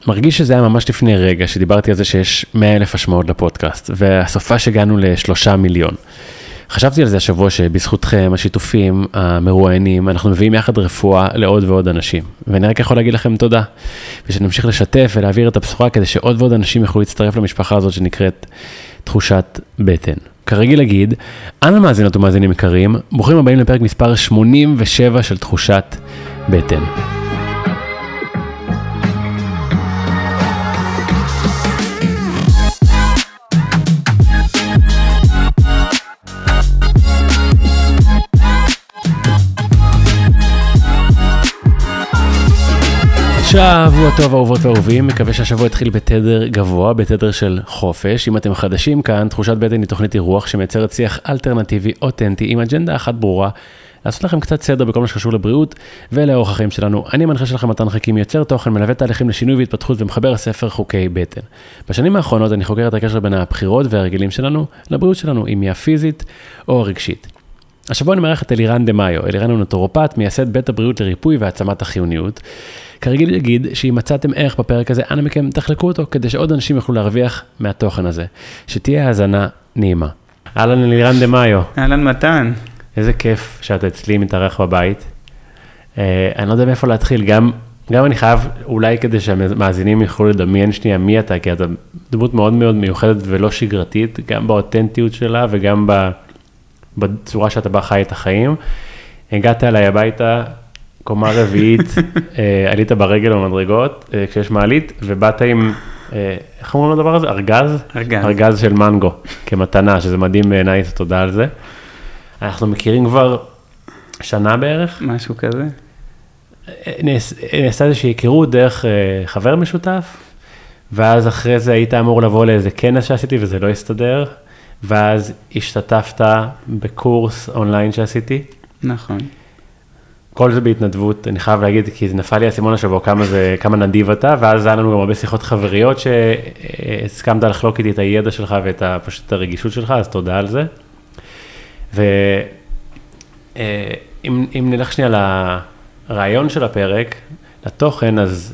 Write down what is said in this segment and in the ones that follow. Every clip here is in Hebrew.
מרגיש שזה היה ממש לפני רגע, שדיברתי על זה שיש 100,000 השמעות לפודקאסט, והסופה שהגענו ל3 מיליון. חשבתי על זה השבוע שבזכותכם, השיתופים, המרואיינים, אנחנו מביאים יחד רפואה לעוד ועוד אנשים. ואני רק יכול להגיד לכם תודה, ושנמשיך לשתף ולהעביר את הבשורה, כדי שעוד ועוד אנשים יוכלו להצטרף למשפחה הזאת שנקראת תחושת בטן. כרגיל להגיד, אנא מאזינות ומאזינים יקרים, ברוכים הבאים לפרק מספר 87 של תחושת בטן. שבוע טוב אהובות ואהובים, מקווה שהשבוע התחיל בתדר גבוה, בתדר של חופש. אם אתם חדשים כאן, תחושת בטן היא תוכנית אירוח שמייצרת שיח אלטרנטיבי, אותנטי, עם אג'נדה אחת ברורה, לעשות לכם קצת סדר בכל מה שקשור לבריאות ולאורח החיים שלנו. אני מנחה שלכם מתן חכים, יוצר תוכן, מלווה תהליכים לשינוי והתפתחות ומחבר הספר חוקי בטן. בשנים האחרונות אני חוקר את הקשר בין הבחירות והרגילים שלנו לבריאות שלנו, אם היא הפיזית או הרגשית. השבוע אני מארח את אלירן דמאיו. אלירן הוא נוטורופט, מייסד בית הבריאות לריפוי והעצמת החיוניות. כרגיל להגיד שאם מצאתם ערך בפרק הזה, אנא מכם תחלקו אותו, כדי שעוד אנשים יוכלו להרוויח מהתוכן הזה. שתהיה האזנה נעימה. אהלן אלירן דמאיו. אהלן מתן. איזה כיף שאתה אצלי מתארח בבית. אני לא יודע מאיפה להתחיל, גם אני חייב, אולי כדי שהמאזינים יוכלו לדמיין שנייה מי אתה, כי אתה דמות מאוד מאוד מיוחדת ולא שגרתית, גם באותנטיות שלה וגם בצורה שאתה בה חי את החיים. הגעת אליי הביתה, קומה רביעית, עלית ברגל במדרגות, כשיש מעלית, ובאת עם, איך אומרים לדבר הזה? ארגז? ארגז של מנגו, כמתנה, שזה מדהים בעיניי, תודה על זה. אנחנו מכירים כבר שנה בערך. משהו כזה. נעשה איזושהי היכרות דרך חבר משותף, ואז אחרי זה היית אמור לבוא לאיזה כנס שעשיתי, וזה לא הסתדר, ואז השתתפת בקורס אונליין שעשיתי. נכון. כל זה בהתנדבות, אני חייב להגיד, כי זה נפל לי הסימון השבוע, כמה נדיב אתה, ואז היה לנו גם הרבה שיחות חבריות, שהסכמת לחלוק איתי את הידע שלך, ואת פשוט את הרגישות שלך, אז תודה על זה. ואם נלך שנייה לרעיון של הפרק, לתוכן, אז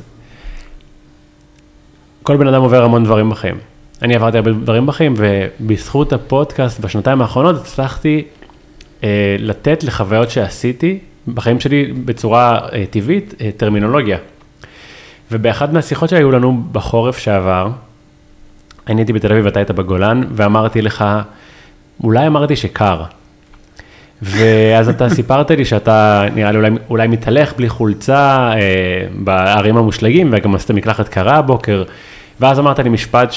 כל בן אדם עובר המון דברים בחיים. אני עברתי הרבה דברים בחיים, ובזכות הפודקאסט בשנתיים האחרונות, הצלחתי לתת לחוויות שעשיתי, בחיים שלי בצורה טבעית, טרמינולוגיה. ובאחד מהשיחות שהיו לנו בחורף שעבר, אני הייתי בתל אביב ואתה היית בגולן, ואמרתי לך, אולי אמרתי שקר. ואז אתה סיפרת לי שאתה נראה לי אולי מתהלך בלי חולצה בערים המושלגים, וגם עשית מקלחת קרה הבוקר, ואז אמרת לי משפט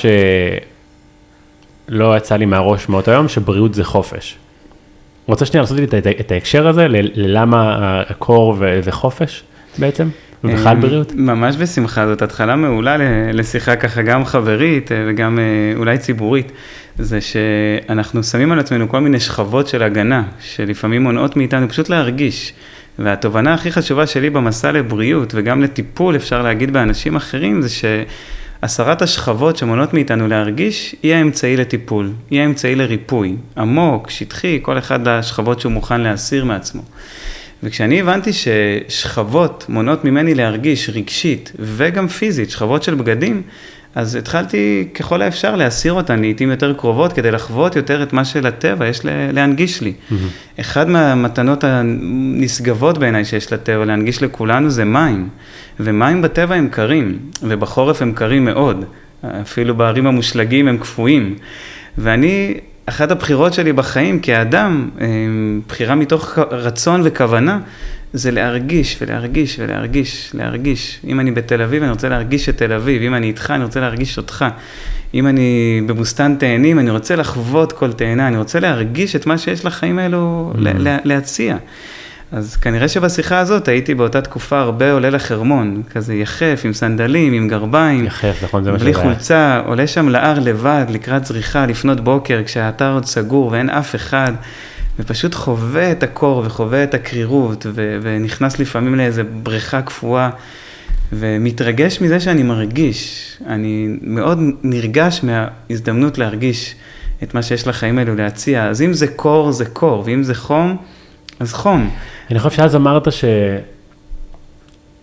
שלא יצא לי מהראש מאותו היום, שבריאות זה חופש. רוצה שנייה לעשות לי את ההקשר הזה, ללמה הקור וחופש בעצם, ובכלל בריאות? ממש בשמחה, זאת התחלה מעולה לשיחה ככה גם חברית וגם אולי ציבורית, זה שאנחנו שמים על עצמנו כל מיני שכבות של הגנה, שלפעמים מונעות מאיתנו פשוט להרגיש, והתובנה הכי חשובה שלי במסע לבריאות וגם לטיפול, אפשר להגיד באנשים אחרים, זה הסרת השכבות שמונות מאיתנו להרגיש, היא האמצעי לטיפול, היא האמצעי לריפוי, עמוק, שטחי, כל אחד השכבות שהוא מוכן להסיר מעצמו. וכשאני הבנתי ששכבות מונות ממני להרגיש רגשית וגם פיזית, שכבות של בגדים, אז התחלתי ככל האפשר להסיר אותן לעתים יותר קרובות, כדי לחוות יותר את מה שלטבע יש להנגיש לי. אחד מהמתנות הנשגבות בעיניי שיש לטבע להנגיש לכולנו זה מים. ומים בטבע הם קרים, ובחורף הם קרים מאוד. אפילו בערים המושלגים הם קפואים. ואני, אחת הבחירות שלי בחיים כאדם, בחירה מתוך רצון וכוונה, זה להרגיש ולהרגיש ולהרגיש, להרגיש. אם אני בתל אביב, אני רוצה להרגיש את תל אביב. אם אני איתך, אני רוצה להרגיש אותך. אם אני בבוסתן תאנים, אני רוצה לחוות כל תאנה. אני רוצה להרגיש את מה שיש לחיים האלו להציע. אז כנראה שבשיחה הזאת הייתי באותה תקופה הרבה עולה לחרמון, כזה יחף, עם סנדלים, עם גרביים. יחף, נכון, זה מה בלי חולצה, עולה שם להר לבד, לקראת זריחה, לפנות בוקר, כשהאתר עוד סגור ואין אף אחד. ופשוט חווה את הקור וחווה את הקרירות, ונכנס לפעמים לאיזו בריכה קפואה, ומתרגש מזה שאני מרגיש. אני מאוד נרגש מההזדמנות להרגיש את מה שיש לחיים האלו להציע. אז אם זה קור, זה קור, ואם זה חום, אז חום. אני חושב שאז אמרת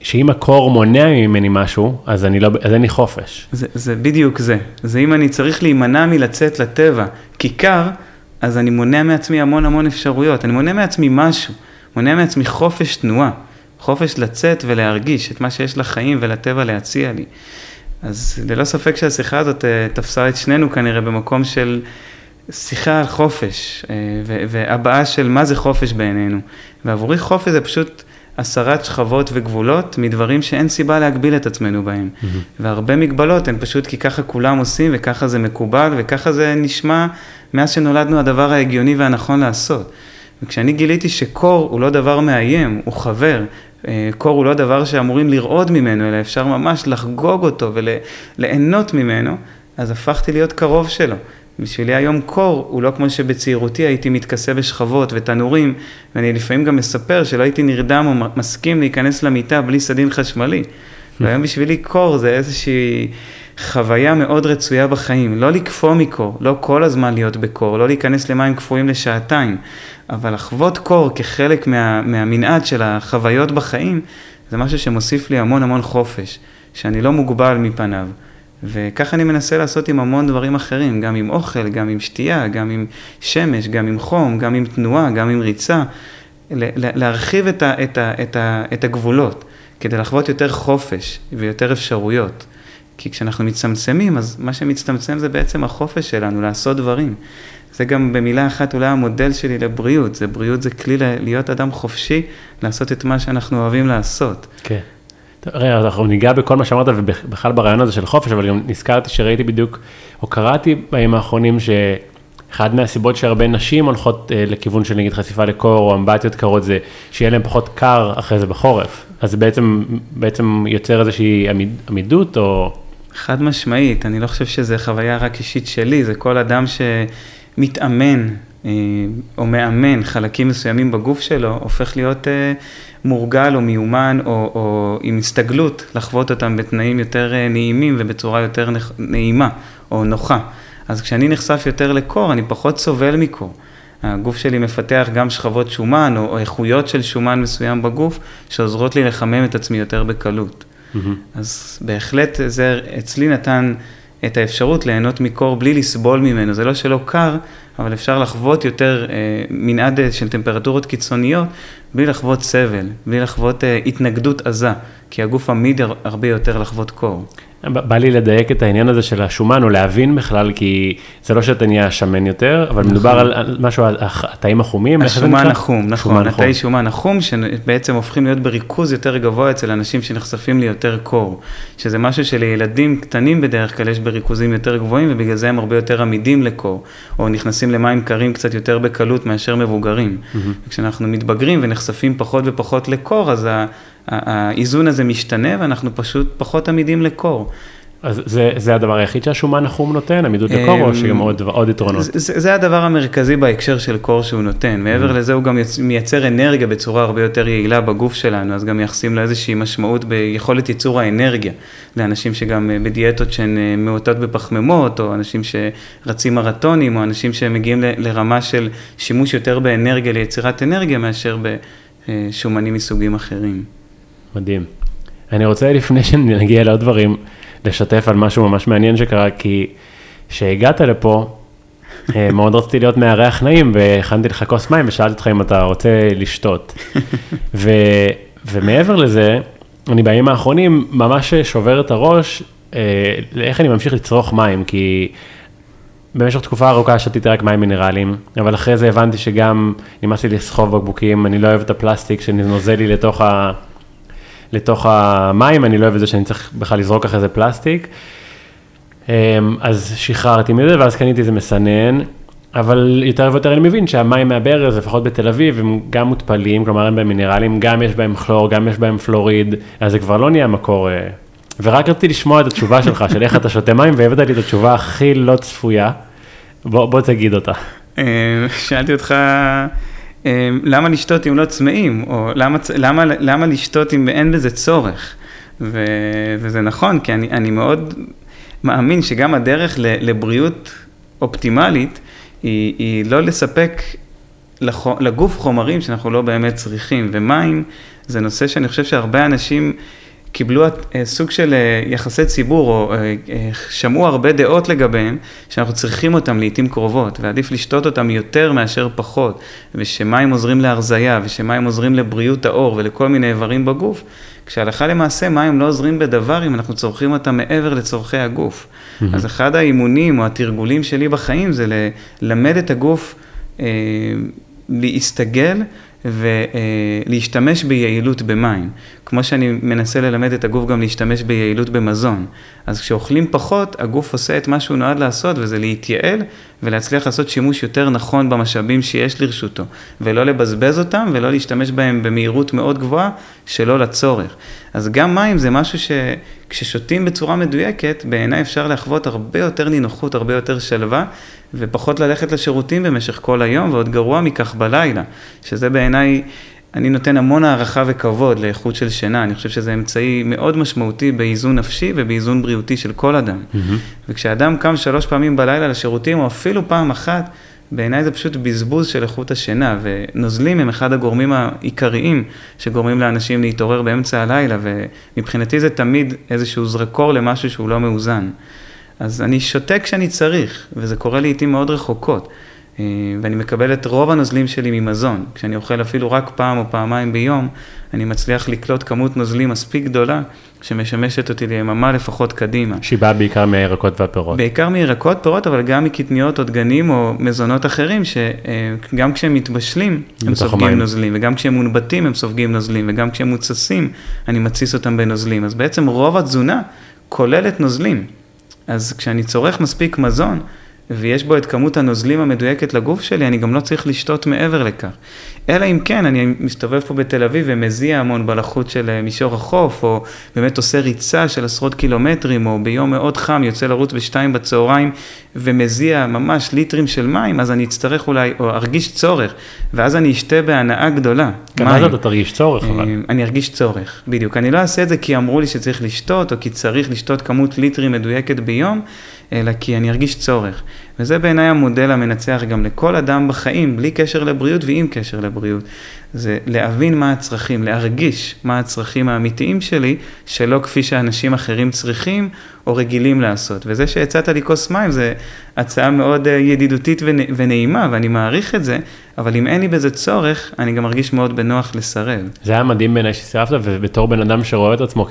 שאם הקור מונע ממני משהו, אז אין לי חופש. זה בדיוק זה. זה אם אני צריך להימנע מלצאת לטבע, כי קר, אז אני מונע מעצמי המון אפשרויות. אני מונע מעצמי משהו. מונע מעצמי חופש תנועה. חופש לצאת ולהרגיש את מה שיש לחיים ולטבע להציע לי. אז ללא ספק שהשיחה הזאת תפסה את שנינו כנראה במקום של שיחה על חופש, והבעה של מה זה חופש בעינינו. ועבורי חופש זה פשוט הסרת שכבות וגבולות מדברים שאין סיבה להגביל את עצמנו בהם. והרבה מגבלות הן פשוט כי ככה כולם עושים וככה זה מקובל וככה זה נשמע מאז שנולדנו הדבר ההגיוני והנכון לעשות. וכשאני גיליתי שקור הוא לא דבר מאיים, הוא חבר, קור הוא לא דבר שאמורים לרעוד ממנו, אלא אפשר ממש לחגוג אותו וליהנות ממנו, אז הפכתי להיות קרוב שלו. בשבילי היום קור הוא לא כמו שבצעירותי הייתי מתכסה בשכבות ותנורים, ואני לפעמים גם מספר שלא הייתי נרדם או מסכים להיכנס למיטה בלי סדין חשמלי. והיום בשבילי קור זה איזושהי חוויה מאוד רצויה בחיים, לא לקפוא מקור, לא כל הזמן להיות בקור, לא להיכנס למים קפואים לשעתיים, אבל לחוות קור כחלק מהמנעד של החוויות בחיים, זה משהו שמוסיף לי המון חופש, שאני לא מוגבל מפניו. וככה אני מנסה לעשות עם המון דברים אחרים, גם עם אוכל, גם עם שתייה, גם עם שמש, גם עם חום, גם עם תנועה, גם עם ריצה, להרחיב את הגבולות, כדי לחוות יותר חופש ויותר אפשרויות. כי כשאנחנו מצטמצמים, אז מה שמצטמצם זה בעצם החופש שלנו, לעשות דברים. זה גם במילה אחת אולי המודל שלי לבריאות, בריאות זה כלי להיות אדם חופשי, לעשות את מה שאנחנו אוהבים לעשות. כן. רגע, אנחנו ניגע בכל מה שאמרת, ובכלל ברעיון הזה של חופש, אבל גם נזכרתי שראיתי בדיוק, או קראתי בימים האחרונים, שאחד מהסיבות שהרבה נשים הולכות לכיוון של נגיד חשיפה לקור, או אמבטיות קרות, זה שיהיה להם פחות קר אחרי זה בחורף. אז זה בעצם יוצר איזושהי עמידות, או... חד משמעית, אני לא חושב שזה חוויה רק אישית שלי, זה כל אדם שמתאמן, או מאמן חלקים מסוימים בגוף שלו, הופך להיות מורגל או מיומן או עם הסתגלות לחוות אותם בתנאים יותר נעימים ובצורה יותר נעימה או נוחה. אז כשאני נחשף יותר לקור, אני פחות סובל מקור. הגוף שלי מפתח גם שכבות שומן או איכויות של שומן מסוים בגוף, שעוזרות לי לחמם את עצמי יותר בקלות. אז בהחלט זה אצלי נתן את האפשרות ליהנות מקור בלי לסבול ממנו. זה לא שלא קר, אבל אפשר לחוות יותר מנעד של טמפרטורות קיצוניות, בלי לחוות סבל, בלי לחוות התנגדות עזה, כי הגוף עמיד הרבה יותר לחוות קור. בא לי לדייק את העניין הזה של השומן, או להבין בכלל, כי זה לא שאתה נהיה שמן יותר, אבל מדובר על משהו, התאים החומים. השומן החום, נכון, התאי שומן החום, שבעצם הופכים להיות בריכוז יותר גבוה אצל אנשים שנחשפים ליותר קור, שזה משהו שלילדים קטנים בדרך כלל יש בריכוזים יותר גבוהים, ובגלל זה הם הרבה יותר עמידים לקור, או נכנסים למים קרים קצת יותר בקלות מאשר מבוגרים. וכשאנחנו מתבגרים ונחשפים פחות ופחות לקור, אז האיזון הזה משתנה, ואנחנו פשוט פחות עמידים לקור. אז זה הדבר היחיד שהשומן החום נותן, עמידות לקור, או שגם עוד יתרונות? זה הדבר המרכזי בהקשר של קור שהוא נותן. מעבר לזה הוא גם מייצר אנרגיה בצורה הרבה יותר יעילה בגוף שלנו, אז גם מייחסים לו איזושהי משמעות ביכולת ייצור האנרגיה, לאנשים שגם בדיאטות שהן מעוטות בפחמימות, או אנשים שרצים מרתונים, או אנשים שמגיעים לרמה של שימוש יותר באנרגיה ליצירת אנרגיה, מאשר בשומנים מסוגים אחרים. מדהים. אני רוצה לפני שנגיע לעוד דברים, לשתף על משהו ממש מעניין שקרה, כי שהגעת לפה, מאוד רציתי להיות מארח נעים, והכנתי לך כוס מים, ושאלתי אותך אם אתה רוצה לשתות. ומעבר לזה, אני בימים האחרונים ממש שובר את הראש, איך אני ממשיך לצרוך מים, כי במשך תקופה ארוכה שתיתי רק מים מינרליים, אבל אחרי זה הבנתי שגם נמאס לי לסחוב בקבוקים, אני לא אוהב את הפלסטיק שנוזל לי לתוך המים, אני לא אוהב את זה שאני צריך בכלל לזרוק אחרי זה פלסטיק, אז שחררתי מזה, ואז קניתי איזה מסנן, אבל יותר ויותר אני מבין שהמים מהברז, לפחות בתל אביב, הם גם מותפלים, כלומר הם בהם מינרלים, גם יש בהם כלור, גם יש בהם פלוריד, אז זה כבר לא נהיה מקור, ורק רציתי לשמוע את התשובה שלך, של איך אתה שותה מים, והבאת לי את התשובה הכי לא צפויה, בוא תגיד אותה. שאלתי אותך, למה לשתות אם לא צמאים, או למה לשתות אם אין בזה צורך, וזה נכון, כי אני מאוד מאמין שגם הדרך לבריאות אופטימלית, היא לא לספק לגוף חומרים שאנחנו לא באמת צריכים, ומים זה נושא שאני חושב שהרבה אנשים קיבלו סוג של יחסי ציבור, או שמעו הרבה דעות לגביהם, שאנחנו צריכים אותם לעתים קרובות, ועדיף לשתות אותם יותר מאשר פחות, ושמים עוזרים להרזיה, ושמים עוזרים לבריאות האור, ולכל מיני איברים בגוף, כשהלכה למעשה מים לא עוזרים בדבר, אם אנחנו צורכים אותם מעבר לצורכי הגוף. אז אחד האימונים, או התרגולים שלי בחיים, זה ללמד את הגוף להסתגל, ולהשתמש ביעילות במים, כמו שאני מנסה ללמד את הגוף גם להשתמש ביעילות במזון. אז כשאוכלים פחות, הגוף עושה את מה שהוא נועד לעשות, וזה להתייעל ולהצליח לעשות שימוש יותר נכון במשאבים שיש לרשותו, ולא לבזבז אותם ולא להשתמש בהם במהירות מאוד גבוהה שלא לצורך. אז גם מים זה משהו שכששותים בצורה מדויקת, בעיניי אפשר לחוות הרבה יותר נינוחות, הרבה יותר שלווה, ופחות ללכת לשירותים במשך כל היום, ועוד גרוע מכך בלילה, שזה בעיניי, אני נותן המון הערכה וכבוד לאיכות של שינה, אני חושב שזה אמצעי מאוד משמעותי באיזון נפשי ובאיזון בריאותי של כל אדם. וכשאדם קם 3 פעמים בלילה לשירותים, או אפילו פעם אחת, בעיניי זה פשוט בזבוז של איכות השינה, ונוזלים הם אחד הגורמים העיקריים שגורמים לאנשים להתעורר באמצע הלילה, ומבחינתי זה תמיד איזשהו זרקור למשהו שהוא לא מאוזן. אז אני שותה כשאני צריך, וזה קורה לעתים מאוד רחוקות, ואני מקבל את רוב הנוזלים שלי ממזון. כשאני אוכל אפילו רק פעם או פעמיים ביום, אני מצליח לקלוט כמות נוזלים מספיק גדולה, שמשמשת אותי ליממה לפחות קדימה. שהיא באה בעיקר מירקות והפירות. בעיקר מירקות, פירות, אבל גם מקטניות או דגנים או מזונות אחרים, שגם כשהם מתבשלים, הם סופגים נוזלים, וגם כשהם מונבטים, הם סופגים נוזלים, וגם כשהם מוצסים, אני מציס אותם בנוזלים. אז בעצם רוב התזונה כוללת נוזלים. אז כשאני צורך מספיק מזון, ויש בו את כמות הנוזלים המדויקת לגוף שלי, אני גם לא צריך לשתות מעבר לכך. אלא אם כן, אני מסתובב פה בתל אביב ומזיע המון בלחות של מישור החוף, או באמת עושה ריצה של עשרות קילומטרים, או ביום מאוד חם יוצא לרוץ ב2 בצהריים, ומזיע ממש ליטרים של מים, אז אני אצטרך אולי, או ארגיש צורך, ואז אני אשתה בהנאה גדולה. כמה זאת אתה תרגיש צורך? אבל? אני ארגיש צורך, בדיוק. אני לא אעשה את זה כי אמרו לי שצריך לשתות, או כי צריך לשתות כמות ליטרים מדויקת ביום, אלא כי אני ארגיש צורך. וזה בעיניי המודל המנצח גם לכל אדם בחיים, בלי קשר לבריאות ועם קשר לבריאות. זה להבין מה הצרכים, להרגיש מה הצרכים האמיתיים שלי, שלא כפי שאנשים אחרים צריכים או רגילים לעשות. וזה שהצעת לי כוס מים, זה הצעה מאוד ידידותית ונעימה, ואני מעריך את זה, אבל אם אין לי בזה צורך, אני גם מרגיש מאוד בנוח לסרב. זה היה מדהים בעיניי שסירבת, ובתור בן אדם שרואה את עצמו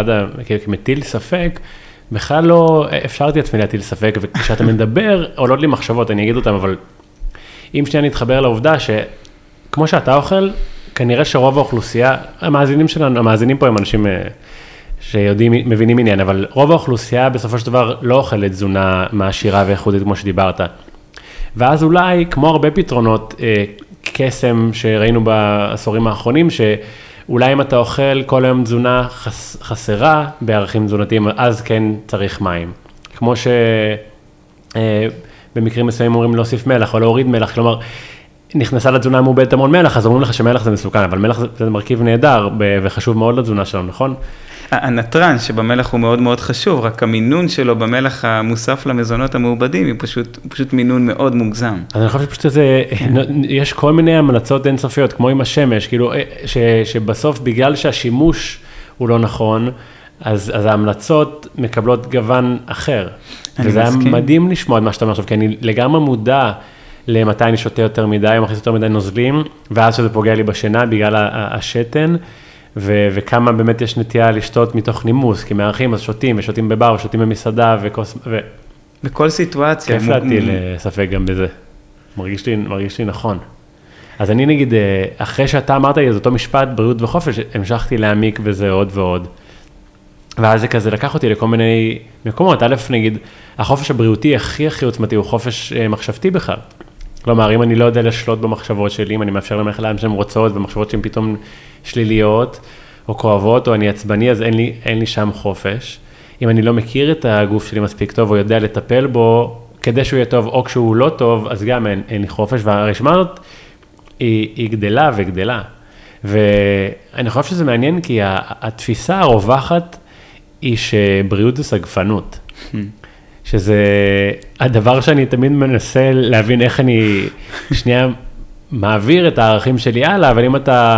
כמטיל ספק, בכלל לא אפשרתי עצמי להטיל ספק, וכשאתה מדבר, עולות לי מחשבות, אני אגיד אותם, אבל אם שנייה נתחבר לעובדה שכמו שאתה אוכל, כנראה שרוב האוכלוסייה, המאזינים שלנו, המאזינים פה הם אנשים שיודעים, מבינים עניין, אבל רוב האוכלוסייה בסופו של דבר לא אוכלת תזונה מעשירה ואיכותית כמו שדיברת. ואז אולי, כמו הרבה פתרונות, קסם שראינו בעשורים האחרונים, אולי אם אתה אוכל כל היום תזונה חסרה בערכים תזונתיים, אז כן צריך מים. כמו שבמקרים מסוימים אומרים להוסיף מלח או להוריד מלח, כלומר, נכנסה לתזונה מעובדת המון מלח, אז אומרים לך שמלח זה מסוכן, אבל מלח זה מרכיב נהדר וחשוב מאוד לתזונה שלנו, נכון? הנטרן שבמלח הוא מאוד מאוד חשוב, רק המינון שלו במלח המוסף למזונות המעובדים, הוא פשוט מינון מאוד מוגזם. אז אני חושב שפשוט זה, יש כל מיני המלצות אינסופיות, כמו עם השמש, כאילו, שבסוף בגלל שהשימוש הוא לא נכון, אז ההמלצות מקבלות גוון אחר. וזה היה מדהים לשמוע את מה שאתה אומר עכשיו, כי אני לגמרי מודע למתי אני שותה יותר מדי, או מכניס יותר מדי נוזלים, ואז שזה פוגע לי בשינה בגלל השתן, וכמה באמת יש נטייה לשתות מתוך נימוס, כי מארחים אז שותים, ושותים בבר, ושותים במסעדה, בכל סיטואציה. כיף להטיל ספק גם בזה. מרגיש לי נכון. אז אני נגיד, אחרי שאתה אמרת לי, אז אותו משפט, בריאות וחופש, המשכתי להעמיק בזה עוד ועוד. ואז זה כזה לקח אותי לכל מיני מקומות. א', נגיד, החופש הבריאותי הכי עוצמתי הוא חופש מחשבתי בכלל. כלומר, אם אני לא יודע לשלוט במחשבות שלי, אם אני מאפשר להם לאן שהן רוצות, ומחשבות שהן פתאום שליליות, או כואבות, או אני עצבני, אז אין לי שם חופש. אם אני לא מכיר את הגוף שלי מספיק טוב, או יודע לטפל בו, כדי שהוא יהיה טוב, או כשהוא לא טוב, אז גם אין לי חופש. והרשימה הזאת היא גדלה וגדלה. ואני חושב שזה מעניין, כי התפיסה הרווחת היא שבריאות זה סגפנות. שזה הדבר שאני תמיד מנסה להבין איך אני שנייה מעביר את הערכים שלי הלאה, אבל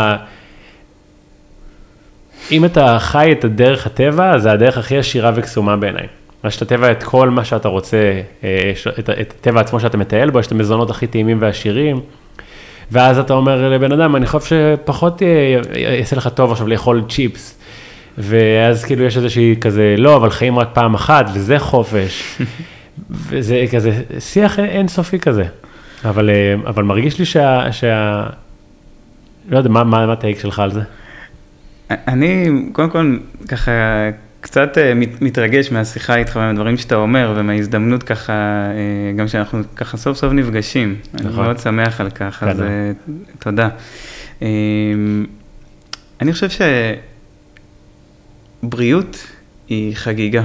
אם אתה חי את הדרך הטבע, זה הדרך הכי עשירה וקסומה בעיניי. יש לטבע את כל מה שאתה רוצה, את הטבע עצמו שאתה מטייל בו, יש את המזונות הכי טעימים ועשירים, ואז אתה אומר לבן אדם, אני חושב שפחות יעשה לך טוב עכשיו לאכול צ'יפס, ואז כאילו יש איזושהי כזה, לא, אבל חיים רק פעם אחת, וזה חופש, וזה כזה שיח אינסופי כזה. אבל מרגיש לי לא יודע, מה הטייק שלך על זה? אני, קודם כל, ככה, קצת מתרגש מהשיחה איתך, מהדברים שאתה אומר, ומההזדמנות ככה, גם שאנחנו ככה סוף סוף נפגשים. אני מאוד שמח על כך, אז תודה. אני חושב שבריאות היא חגיגה,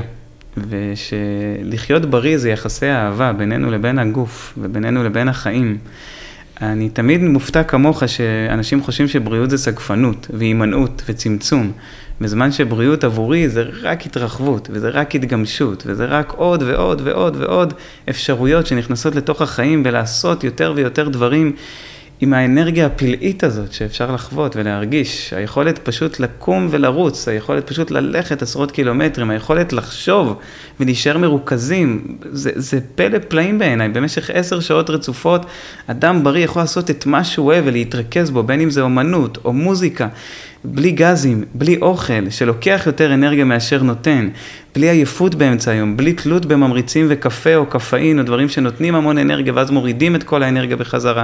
ושלחיות בריא זה יחסי אהבה בינינו לבין הגוף, ובינינו לבין החיים. אני תמיד מופתע כמוך שאנשים חושבים שבריאות זה סגפנות והימנעות וצמצום, בזמן שבריאות עבורי זה רק התרחבות וזה רק התגמשות וזה רק עוד ועוד ועוד ועוד אפשרויות שנכנסות לתוך החיים ולעשות יותר ויותר דברים עם האנרגיה הפלאית הזאת שאפשר לחוות ולהרגיש, היכולת פשוט לקום ולרוץ, היכולת פשוט ללכת עשרות קילומטרים, היכולת לחשוב ולהישאר מרוכזים, זה פלא פלאים בעיניי, במשך 10 שעות רצופות, אדם בריא יכול לעשות את מה שהוא אוהב ולהתרכז בו, בין אם זה אומנות או מוזיקה, בלי גזים, בלי אוכל, שלוקח יותר אנרגיה מאשר נותן, בלי עייפות באמצע היום, בלי תלות בממריצים וקפה או קפאין או דברים שנותנים המון אנרגיה ואז מורידים את כל האנרגיה בחזרה.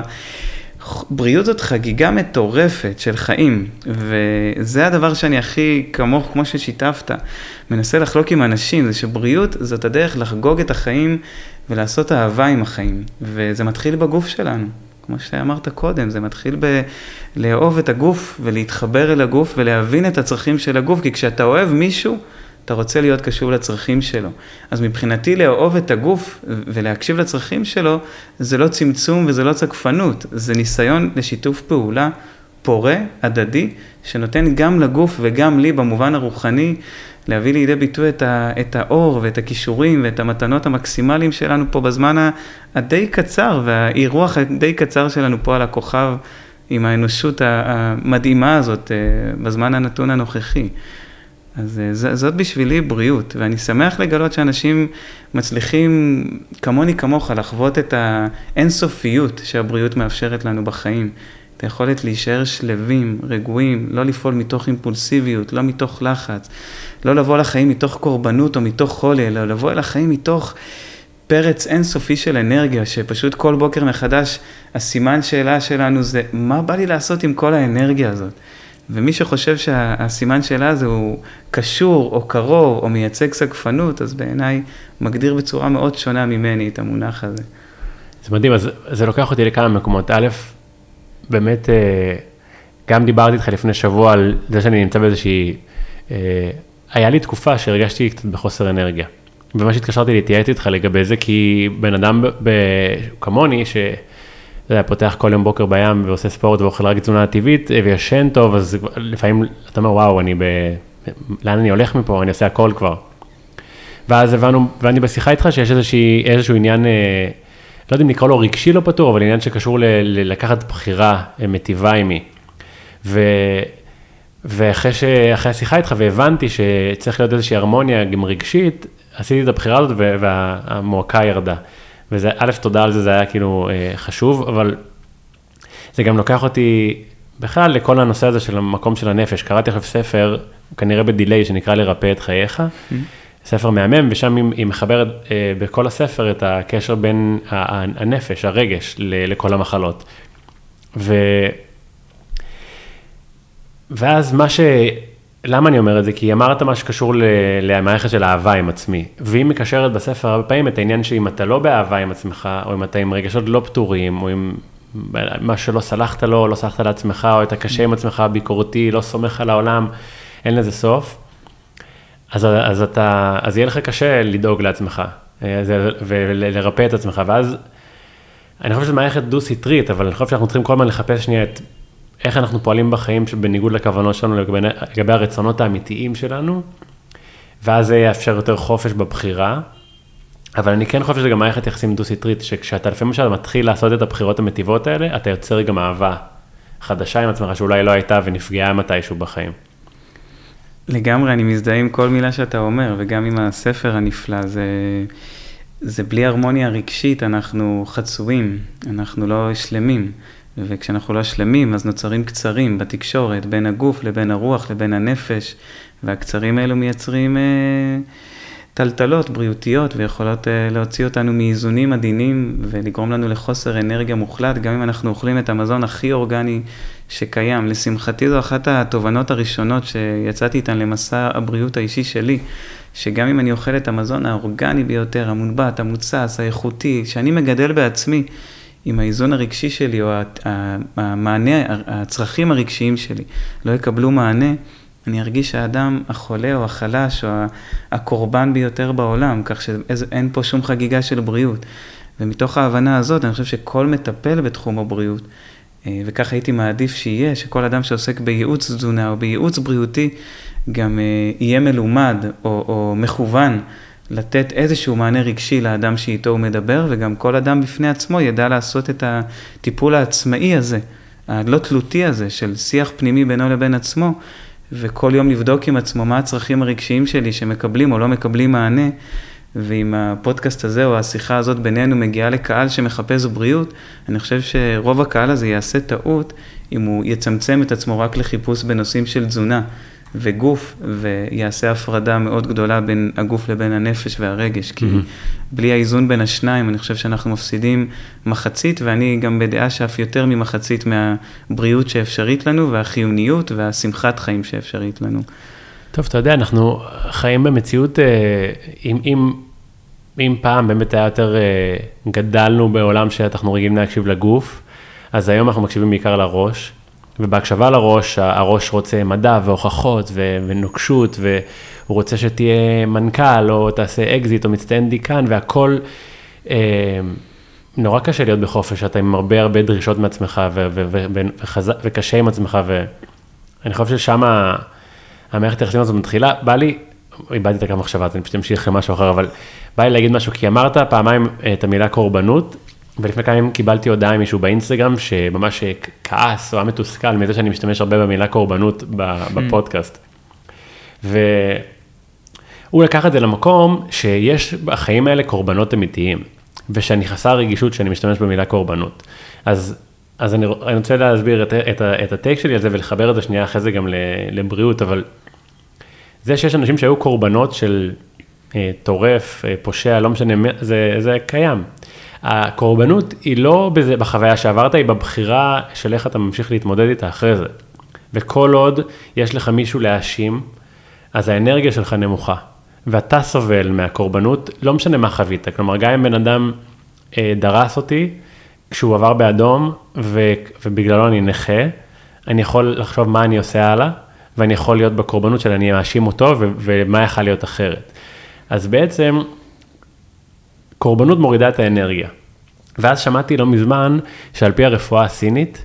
בריאות זאת חגיגה מטורפת של חיים, וזה הדבר שאני הכי כמוך, כמו ששיתפת, מנסה לחלוק עם אנשים, זה שבריאות זאת הדרך לחגוג את החיים ולעשות אהבה עם החיים, וזה מתחיל בגוף שלנו, כמו שאמרת קודם, זה מתחיל לאהוב את הגוף ולהתחבר אל הגוף ולהבין את הצרכים של הגוף, כי כשאתה אוהב מישהו, אתה רוצה להיות קשוב לצרכים שלו. אז מבחינתי לאהוב את הגוף ולהקשיב לצרכים שלו, זה לא צמצום וזה לא צקפנות, זה ניסיון לשיתוף פעולה פורה, הדדי, שנותן גם לגוף וגם לי במובן הרוחני, להביא לידי ביטוי את האור ואת הכישורים ואת המתנות המקסימליים שלנו פה בזמן הדי קצר, והאירוח הדי קצר שלנו פה על הכוכב עם האנושות המדהימה הזאת בזמן הנתון הנוכחי. אז זאת בשבילי בריאות, ואני שמח לגלות שאנשים מצליחים כמוני כמוך לחוות את האינסופיות שהבריאות מאפשרת לנו בחיים. את היכולת להישאר שלווים, רגועים, לא לפעול מתוך אימפולסיביות, לא מתוך לחץ, לא לבוא לחיים מתוך קורבנות או מתוך חולי, אלא לבוא אל החיים מתוך פרץ אינסופי של אנרגיה, שפשוט כל בוקר מחדש הסימן שאלה שלנו זה מה בא לי לעשות עם כל האנרגיה הזאת. ומי שחושב שהסימן שאלה הזה הוא קשור או קרוב או מייצג סגפנות, אז בעיניי מגדיר בצורה מאוד שונה ממני את המונח הזה. זה מדהים, אז זה לוקח אותי לכמה מקומות. א', באמת, גם דיברתי איתך לפני שבוע על זה שאני נמצא באיזושהי, היה לי תקופה שהרגשתי קצת בחוסר אנרגיה. ומה שהתקשרתי להתייעץ איתך לגבי זה, כי בן אדם כמוני, פותח כל יום בוקר בים ועושה ספורט ואוכל רק תזונה טבעית וישן טוב, אז לפעמים אתה אומר, וואו, לאן אני הולך מפה, אני עושה הכל כבר. ואז הבנתי בשיחה איתך שיש איזשהו עניין, לא יודע אם נקרא לו רגשי לא פתור, אבל עניין שקשור לקחת בחירה מטיבה עימי. ואחרי השיחה איתך והבנתי שצריך להיות איזושהי הרמוניה גם רגשית, עשיתי את הבחירה הזאת והמועקה ירדה. וזה, א', תודה על זה, זה היה כאילו חשוב, אבל זה גם לוקח אותי בכלל לכל הנושא הזה של המקום של הנפש. קראתי עכשיו ספר, כנראה בדילי, שנקרא לרפא את חייך, ספר מהמם, ושם היא מחברת בכל הספר את הקשר בין הנפש, הרגש, לכל המחלות. ואז למה אני אומר את זה? כי אמרת מה שקשור למערכת של אהבה עם עצמי, והיא מקשרת בספר הרבה פעמים את העניין שאם אתה לא באהבה עם עצמך, או אם אתה עם רגשות לא פתורים, או אם מה שלא סלחת לו, לא סלחת לעצמך, או אתה קשה עם עצמך, ביקורתי, לא סומך על העולם, אין לזה סוף, אז יהיה לך קשה לדאוג לעצמך, ולרפא את עצמך, ואז אני חושב שזו מערכת דו-סטרית, אבל אני חושב שאנחנו צריכים כל הזמן לחפש שנייה את איך אנחנו פועלים בחיים שבניגוד לכוונות שלנו, לגבי הרצונות האמיתיים שלנו, ואז זה יאפשר יותר חופש בבחירה, אבל אני כן חושב שזה גם מערכת יחסים דו-סטרית, שכשאתה לפעמים שאתה מתחיל לעשות את הבחירות המטיבות האלה, אתה יוצר גם אהבה חדשה עם עצמך, שאולי לא הייתה ונפגעה מתישהו בחיים. לגמרי, אני מזדהה עם כל מילה שאתה אומר, וגם עם הספר הנפלא, זה בלי הרמוניה רגשית, אנחנו חצויים, אנחנו לא שלמים, וכשאנחנו לא שלמים, אז נוצרים קצרים בתקשורת, בין הגוף לבין הרוח לבין הנפש, והקצרים האלו מייצרים טלטלות בריאותיות, ויכולות להוציא אותנו מאיזונים עדינים, ולגרום לנו לחוסר אנרגיה מוחלט, גם אם אנחנו אוכלים את המזון הכי אורגני שקיים. לשמחתי זו אחת התובנות הראשונות שיצאתי איתן למסע הבריאות האישי שלי, שגם אם אני אוכל את המזון האורגני ביותר, המונבט, המוצס, האיכותי, שאני מגדל בעצמי, עם האיזון הרגשי שלי, או המענה, הצרכים הרגשיים שלי, לא יקבלו מענה, אני ארגיש שהאדם החולה או החלש, או הקורבן ביותר בעולם, כך שאין פה שום חגיגה של בריאות. ומתוך ההבנה הזאת, אני חושב שכל מטפל בתחום הבריאות, וכך הייתי מעדיף שיהיה, שכל אדם שעוסק בייעוץ תזונה או בייעוץ בריאותי, גם יהיה מלומד או מכוון לתת איזשהו מענה רגשי לאדם שאיתו הוא מדבר, וגם כל אדם בפני עצמו ידע לעשות את הטיפול העצמאי הזה, הלא תלותי הזה של שיח פנימי בינו לבין עצמו, וכל יום לבדוק עם עצמו מה הצרכים הרגשיים שלי שמקבלים או לא מקבלים מענה, ואם הפודקאסט הזה או השיחה הזאת בינינו מגיעה לקהל שמחפש בריאות, אני חושב שרוב הקהל הזה יעשה טעות אם הוא יצמצם את עצמו רק לחיפוש בנושאים של תזונה וגוף, ויעשה הפרדה מאוד גדולה בין הגוף לבין הנפש והרגש, כי בלי האיזון בין השניים, אני חושב שאנחנו מפסידים מחצית, ואני גם בדעה שאף יותר ממחצית מהבריאות שאפשרית לנו, והחיוניות והשמחת חיים שאפשרית לנו. טוב, אתה יודע, אנחנו חיים במציאות, אם פעם באמת היה יותר גדלנו בעולם שאנחנו רגילים להקשיב לגוף, אז היום אנחנו מקשיבים בעיקר לראש, ובהקשבה לראש, הראש רוצה מדע והוכחות ונוקשות, והוא רוצה שתהיה מנכ"ל, או תעשה אקזיט, או מצטיין דיקן, והכל נורא קשה להיות בחופש, אתה עם הרבה דרישות מעצמך, וקשה עם עצמך, ואני חושב ששם המערכת היחסים הזאת מתחילה, בא לי, איבדתי את המחשבה, אז אני פשוט אמשיך למשהו אחר, אבל בא לי להגיד משהו, כי אמרת פעמיים את המילה קורבנות, ולפני כמה ימים קיבלתי הודעה עם מישהו באינסטגרם, שממש כעס או היה מתוסכל, מזה שאני משתמש הרבה במילה קורבנות בפודקאסט. והוא לקח את זה למקום שיש בחיים האלה קורבנות אמיתיים, ושאני חסר רגישות שאני משתמש במילה קורבנות. אז אני רוצה להסביר את הטייק שלי על זה, ולחבר את זה שנייה אחרי זה גם לבריאות, אבל זה שיש אנשים שהיו קורבנות של טורף, פושע, לא משנה, זה קיים. הקורבנות היא לא בחוויה שעברת, היא בבחירה של איך אתה ממשיך להתמודד איתה אחרי זה. וכל עוד יש לך מישהו להאשים, אז האנרגיה שלך נמוכה. ואתה סובל מהקורבנות, לא משנה מה חווית. כלומר, גם אם בן אדם דרס אותי, כשהוא עבר באדום, ובגללו אני נכה, אני יכול לחשוב מה אני עושה הלאה, ואני יכול להיות בקורבנות של אני מאשים אותו, ומה יכול להיות אחרת. אז בעצם, קורבנות מורידה את האנרגיה. ואז שמעתי לא מזמן, שעל פי הרפואה הסינית,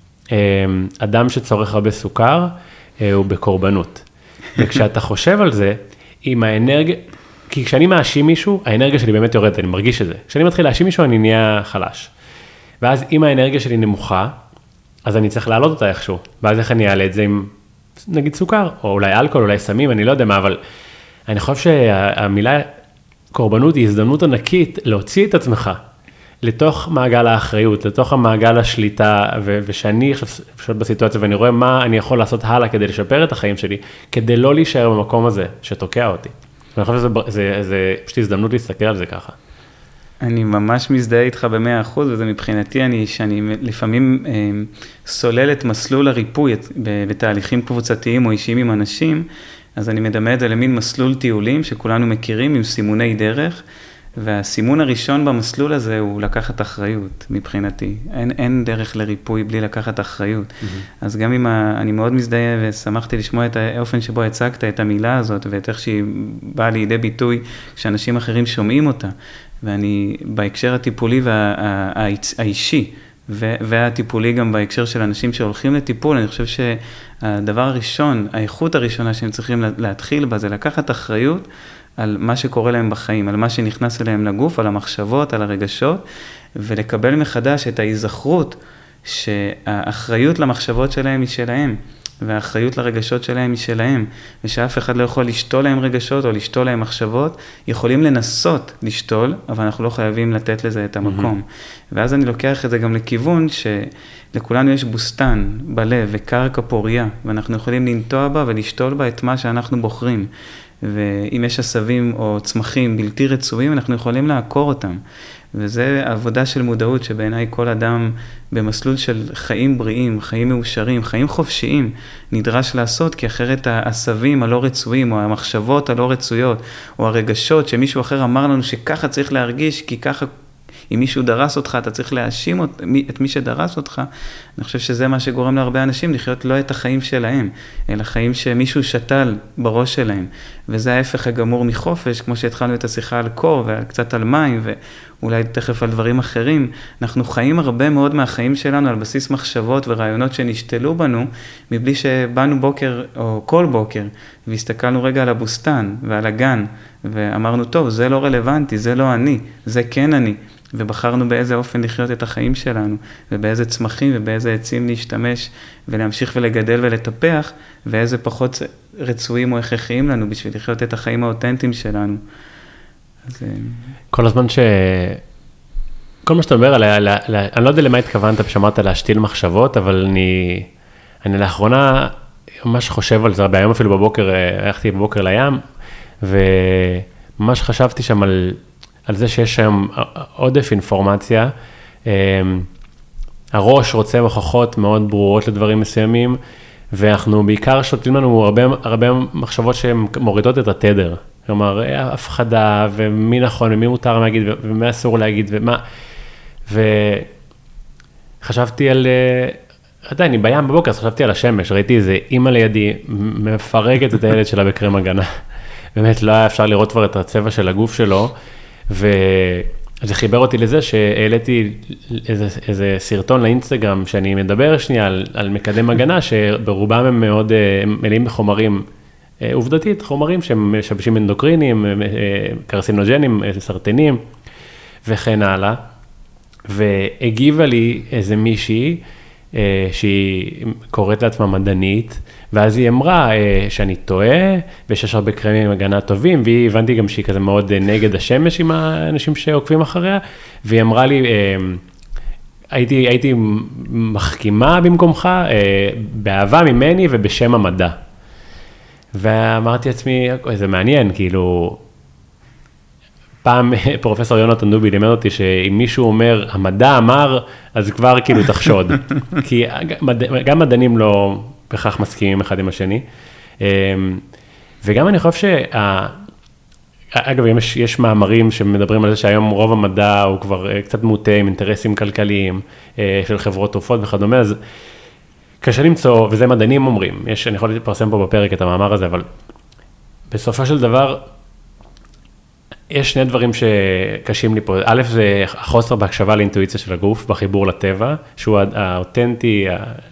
אדם שצורך הרבה סוכר, הוא בקורבנות. וכשאתה חושב על זה, עם האנרגיה, כי כשאני מאשים מישהו, האנרגיה שלי באמת יורדת, אני מרגיש את זה. כשאני מתחיל להאשים מישהו, אני נהיה חלש. ואז אם האנרגיה שלי נמוכה, אז אני צריך להעלות אותה איכשהו. ואז איך אני אעלה את זה עם, נגיד סוכר, או אולי אלכוהול, אולי סמים, אני לא יודע מה, אבל אני חושב שהמילה קורבנות היא הזדמנות ענקית להוציא את עצמך לתוך מעגל האחריות, לתוך המעגל השליטה, ושאני עכשיו בסיטואציה ואני רואה מה אני יכול לעשות הלאה כדי לשפר את החיים שלי, כדי לא להישאר במקום הזה שתוקע אותי. ואני חושב שזה פשוט הזדמנות להסתכל על זה ככה. אני ממש מזדהה איתך ב100%, וזה מבחינתי שאני לפעמים סולל את מסלול הריפוי בתהליכים קבוצתיים או אישיים עם אנשים, אז אני מדמה את זה למין מסלול טיולים שכולנו מכירים עם סימוני דרך, והסימון הראשון במסלול הזה הוא לקחת אחריות מבחינתי. אין דרך לריפוי בלי לקחת אחריות. אז גם אם אני מאוד מזדהה ושמחתי לשמוע את האופן שבו הצגת את המילה הזאת, ואת איך שהיא באה לידי ביטוי שאנשים אחרים שומעים אותה, ואני בהקשר הטיפולי והאישי, והטיפולי גם בהקשר של אנשים שהולכים לטיפול, אני חושב שהדבר הראשון, האיכות הראשונה שהם צריכים להתחיל בה, זה לקחת אחריות על מה שקורה להם בחיים, על מה שנכנס אליהם לגוף, על המחשבות, על הרגשות, ולקבל מחדש את ההיזכרות שהאחריות למחשבות שלהם היא שלהם, והאחריות לרגשות שלהם היא שלהם, ושאף אחד לא יכול לשתול להם רגשות או לשתול להם מחשבות, יכולים לנסות לשתול, אבל אנחנו לא חייבים לתת לזה את המקום. ואז אני לוקח את זה גם לכיוון שלכולנו יש בוסתן בלב וקרקע פוריה, ואנחנו יכולים לנטוע בה ולשתול בה את מה שאנחנו בוחרים. ואם יש עשבים או צמחים בלתי רצויים, אנחנו יכולים לעקור אותם. וזה עבודה של מודעות שבעיניי כל אדם במסלול של חיים בריאים, חיים מאושרים, חיים חופשיים, נדרש לעשות, כי אחרת העשבים הלא רצויים, או המחשבות הלא רצויות, או הרגשות שמישהו אחר אמר לנו שככה צריך להרגיש, כי ככה אם מישהו דרס אותך, אתה צריך להאשים את מי שדרס אותך. אני חושב שזה מה שגורם להרבה אנשים לחיות לא את החיים שלהם, אלא חיים שמישהו שתל בראש שלהם. וזה ההפך הגמור מחופש, כמו שהתחלנו את השיחה על קור וקצת על מים, ואולי תכף על דברים אחרים. אנחנו חיים הרבה מאוד מהחיים שלנו על בסיס מחשבות ורעיונות שנשתלו בנו, מבלי שבאנו בוקר או כל בוקר, והסתכלנו רגע על הבוסתן ועל הגן, ואמרנו, טוב, זה לא רלוונטי, זה לא אני, זה כן אני. ובחרנו באיזה אופן לחיות את החיים שלנו, ובאיזה צמחים ובאיזה עצים להשתמש, ולהמשיך ולגדל ולטפח, ואיזה פחות רצויים או הכרחיים לנו, בשביל לחיות את החיים האותנטיים שלנו. אז כל הזמן כל מה שאתה אומר, אני לא יודע למה התכוונת, שאמרת להשתיל מחשבות, אבל אני לאחרונה ממש חושב על זה, ביום אפילו בבוקר, הלכתי בבוקר לים, וממש חשבתי שם על זה שיש שם עודף אינפורמציה, הראש רוצה הוכחות מאוד ברורות לדברים מסוימים, ואנחנו בעיקר שותלים לנו הרבה מחשבות שהן מורידות את התדר, כלומר, הפחדה, ומי נכון, ומי מותר להגיד, ומה אסור להגיד, וחשבתי על, אני בים בבוקר, אז חשבתי על השמש, ראיתי איזה אימא לידי, מפרקת את הילד שלה בקרם הגנה, באמת לא היה אפשר לראות כבר את הצבע של הגוף שלו, וזה חיבר אותי לזה שהעליתי איזה סרטון לאינסטגרם, שאני מדבר שנייה על מקדם הגנה, שברובם הם מאוד מלאים בחומרים, עובדתית, חומרים שהם משבשים אנדוקרינים, קרסינוגנים, סרטנים, וכן הלאה. והגיבה לי איזה מישהי, שהיא קוראת לעצמה מדענית, ואז היא אמרה שאני טועה, ושיש הרבה קרמים הגנה טובים, והיא הבנתי גם שהיא כזה מאוד נגד השמש עם האנשים שעוקבים אחריה, והיא אמרה לי, הייתי מחכימה במקומך, באהבה ממני ובשם המדע. ואמרתי לעצמי, זה מעניין, כאילו, פעם פרופסור יונתן דובי לימד אותי שאם מישהו אומר, המדע אמר, אז כבר כאילו תחשוד. כי גם מדענים לא בכך מסכימים אחד עם השני. וגם אני חושב אגב, יש מאמרים שמדברים על זה שהיום רוב המדע הוא כבר קצת מוטה עם אינטרסים כלכליים של חברות תרופות וכדומה, אז קשה למצוא, וזה מדענים אומרים, אני יכול לפרסם פה בפרק את המאמר הזה, אבל בסופו של דבר, יש שני דברים שקשים לי פה. א', זה החוסר בהקשבה לאינטואיציה של הגוף, בחיבור לטבע, שהוא האותנטי,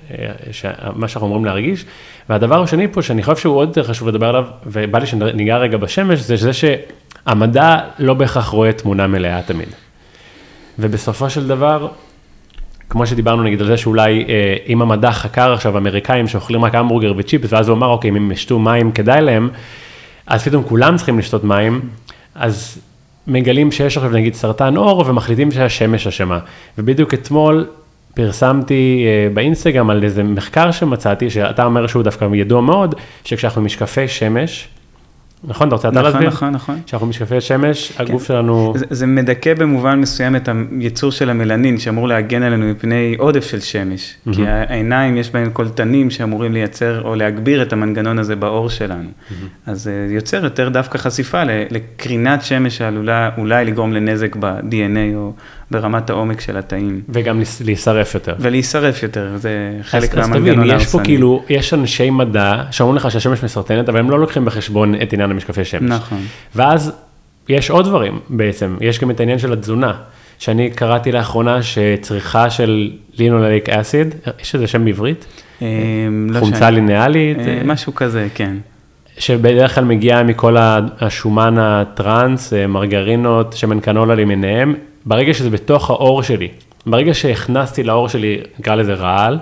מה שאנחנו אומרים להרגיש. והדבר השני פה, שאני חושב שהוא עוד יותר חשוב לדבר עליו, ובא לי שניגע רגע בשמש, זה שהמדע לא בהכרח רואה תמונה מלאה תמיד. ובסופו של דבר, כמו שדיברנו נגיד על זה שאולי אם המדע חקר עכשיו אמריקאים שאוכלים רק המבורגר וצ'יפס, ואז הוא אמר, אוקיי, אם הם ישתו מים כדאי להם, אז פתאום כולם צריכים לשתות מים, אז מגלים שיש עכשיו נגיד סרטן עור, ומחליטים שהשמש אשמה. ובדיוק אתמול פרסמתי באינסטגרם על איזה מחקר שמצאתי, שאתה אומר שהוא דווקא ידוע מאוד, שכשאנחנו משקפי שמש, נכון, אתה רוצה להסביר? נכון. כשאנחנו משקפי שמש, הגוף שלנו... זה מדכא במובן מסוים את היצור של המלנין, שאמור להגן עלינו מפני עודף של שמש. כי העיניים יש בהן קולטנים שאמורים לייצר או להגביר את המנגנון הזה בעור שלנו. אז זה יוצר יותר דווקא חשיפה לקרינת שמש שעלולה אולי לגרום לנזק ב-DNA או ברמת העומק של התאים. וגם להישרף יותר. ולהישרף יותר, זה חלק מהמנגנון ההרסני. יש פה כאילו, יש אנשי מדע שאומרים לך שהשמש מסרטנת, אבל הם לא לוקחים בחשבון את עניין המשקפי שמש. נכון. ואז יש עוד דברים בעצם, יש גם את העניין של התזונה, שאני קראתי לאחרונה שצריכה של לינולאיק אסיד, יש איזה שם בעברית? חומצה לינאלית? משהו כזה, כן. שבדרך כלל מגיעה מכל השומן הטרנס, מרגרינות, שמן קנולה למיניהם, ברגע שזה בתוך האור שלי, ברגע שהכנסתי לאור שלי, נקרא לזה רעל,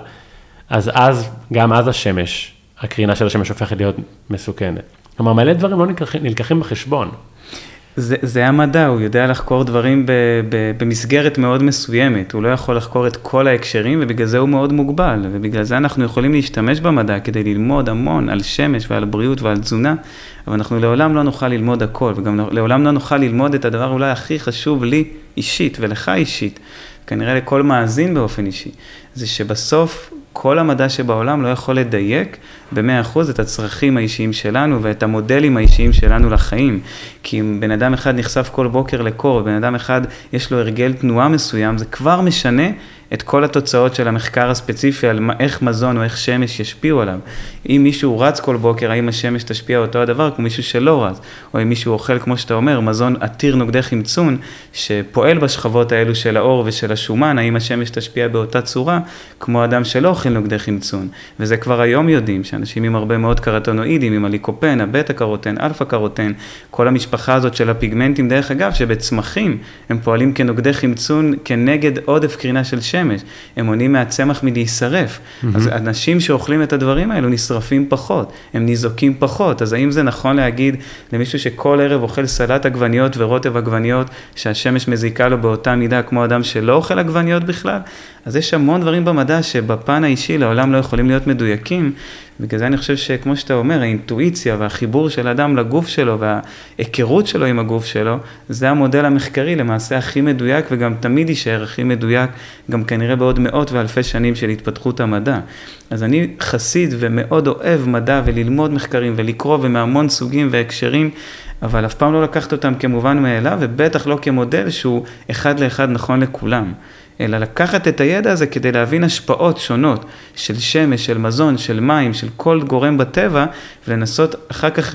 אז גם אז השמש, הקרינה של השמש הופכת להיות מסוכנת. כלומר, מלא דברים לא נלקחים בחשבון. זה המדע, הוא יודע לחקור דברים במסגרת מאוד מסוימת, הוא לא יכול לחקור את כל ההקשרים, ובגלל זה הוא מאוד מוגבל, ובגלל זה אנחנו יכולים להשתמש במדע כדי ללמוד המון על שמש ועל בריאות ועל תזונה, אבל אנחנו לעולם לא נוכל ללמוד הכל, וגם לעולם לא נוכל ללמוד את הדבר אולי הכי חשוב לי אישית ולך אישית, כנראה לכל מאזין באופן אישי, זה שבסוף כל המדע שבעולם לא יכול לדייק ב100% את הצרכים האישיים שלנו ואת המודלים האישיים שלנו לחיים. כי אם בן אדם אחד נחשף כל בוקר לקור, ובן אדם אחד יש לו הרגל תנועה מסוים, זה כבר משנה את כל התוצאות של המחקר הספציפי על איך מזון או איך שמש ישפיעו עליו. אם מישהו רץ כל בוקר, האם השמש תשפיע אותו הדבר כמו מישהו שלא רץ, או אם מישהו אוכל, כמו שאתה אומר, מזון עתיר נוגדי חמצון, שפועל בשכבות האלו של האור ושל השומן, האם השמש תשפיע באותה צורה, כמו אדם שלא אוכל נוגדי חמצון. וזה כבר היום יודעים, שאנשים עם הרבה מאוד קרטונואידים, עם הליקופן, הבטא קרוטן, אלפא קרוטן, כל המשפחה הזאת של הפיגמנטים, דרך אגב, שבצמחים הם פועלים כנוגדי חמצון, כנגד עודף קרינה של שמש. הם מונעים מהצמח מלהישרף. אז אנשים שאוכלים את הדברים האלו נשרפים פחות, הם ניזוקים פחות. אז האם זה נכון להגיד למישהו שכל ערב אוכל סלט עגבניות ורוטב עגבניות, שהשמש מזיקה לו באותה מידה כמו אדם שלא אוכל עגבניות בכלל? אז יש המון דברים במדע שבפן האישי לעולם לא יכולים להיות מדויקים, בגלל זה אני חושב שכמו שאתה אומר, האינטואיציה והחיבור של האדם לגוף שלו וההיכרות שלו עם הגוף שלו, זה המודל המחקרי למעשה הכי מדויק וגם תמיד יישאר הכי מדויק, גם כנראה בעוד מאות ואלפי שנים של התפתחות המדע. אז אני חסיד ומאוד אוהב מדע וללמוד מחקרים ולקרוא ומהמון סוגים והקשרים, אבל אף פעם לא לקחת אותם כמובן מאליו, ובטח לא כמודל שהוא אחד לאחד נכון לכולם. אלא לקחת את הידע הזה כדי להבין השפעות שונות של שמש, של מזון, של מים, של כל גורם בטבע, ולנסות אחר כך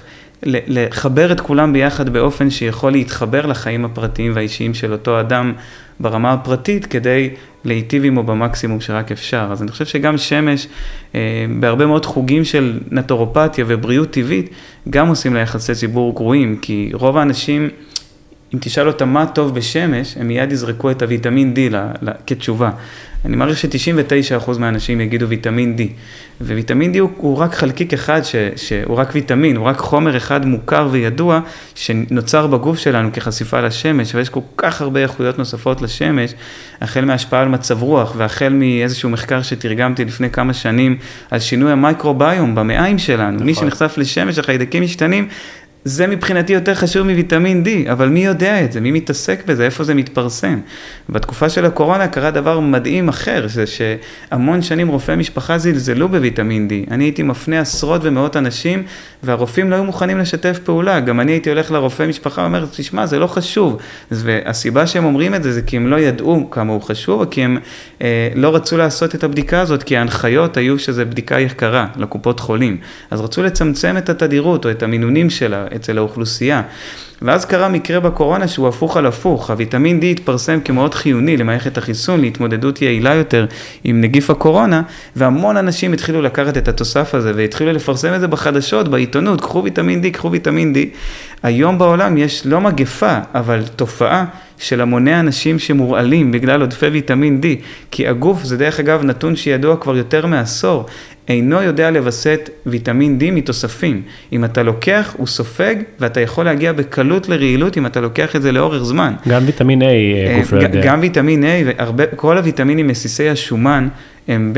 לחבר את כולם ביחד באופן שיכול להתחבר לחיים הפרטיים והאישיים של אותו אדם ברמה הפרטית, כדי להיטיב עמו במקסימום שרק אפשר. אז אני חושב שגם שמש, בהרבה מאוד חוגים של נטורופתיה ובריאות טבעית, גם עושים ליחסי ציבור גרועים, כי רוב האנשים, אם תשאל אותם מה טוב בשמש, הם מיד יזרקו את הוויטמין D כתשובה. אני מעריך ש99% מהאנשים יגידו ויטמין D. וויטמין D הוא רק חלקיק אחד, שהוא רק ויטמין, הוא רק חומר אחד מוכר וידוע, שנוצר בגוף שלנו כחשיפה לשמש, ויש כל כך הרבה איכויות נוספות לשמש, החל מהשפעה על מצב רוח, והחל מאיזשהו מחקר שתרגמתי לפני כמה שנים, על שינוי המייקרוביום במעיים שלנו. מי שנחשף לשמש, החיידקים משתנים, זה מבחינתי יותר חשוב מוויטמין D, אבל מי יודע את זה? מי מתעסק בזה? איפה זה מתפרסם? בתקופה של הקורונה קרה דבר מדהים אחר, זה שהמון שנים רופאי משפחה זלזלו בוויטמין D. אני הייתי מפנה עשרות ומאות אנשים, והרופאים לא היו מוכנים לשתף פעולה. גם אני הייתי הולך לרופאי משפחה ואומר, תשמע, זה לא חשוב. והסיבה שהם אומרים את זה, זה כי הם לא ידעו כמה הוא חשוב, או כי הם לא רצו לעשות את הבדיקה הזאת, כי ההנחיות היו שזה בדיקה יקרה לקופות חולים. אז רצו לצמצם את התדירות או את המינונים שלה אצל האוכלוסייה. ואז קרה מקרה בקורונה שהוא הפוך על הפוך. הוויטמין D התפרסם כמאוד חיוני למערכת החיסון, להתמודדות יעילה יותר עם נגיף הקורונה, והמון אנשים התחילו לקחת את התוסף הזה, והתחילו לפרסם את זה בחדשות, בעיתונות, קחו ויטמין D, קחו ויטמין D. היום בעולם יש לא מגפה, אבל תופעה של המוני אנשים שמורעלים בגלל עודפי ויטמין D, כי הגוף, זה דרך אגב נתון שידוע כבר יותר מעשור, אינו יודע לבסט ויטמין D מתוספים. אם אתה לוקח, הוא סופג, ואתה יכול להגיע בקלות לרעילות אם אתה לוקח את זה לאורך זמן. גם ויטמין A, גוף לא יודע. גם ויטמין A, וכל הוויטמינים מסיסי השומן, הם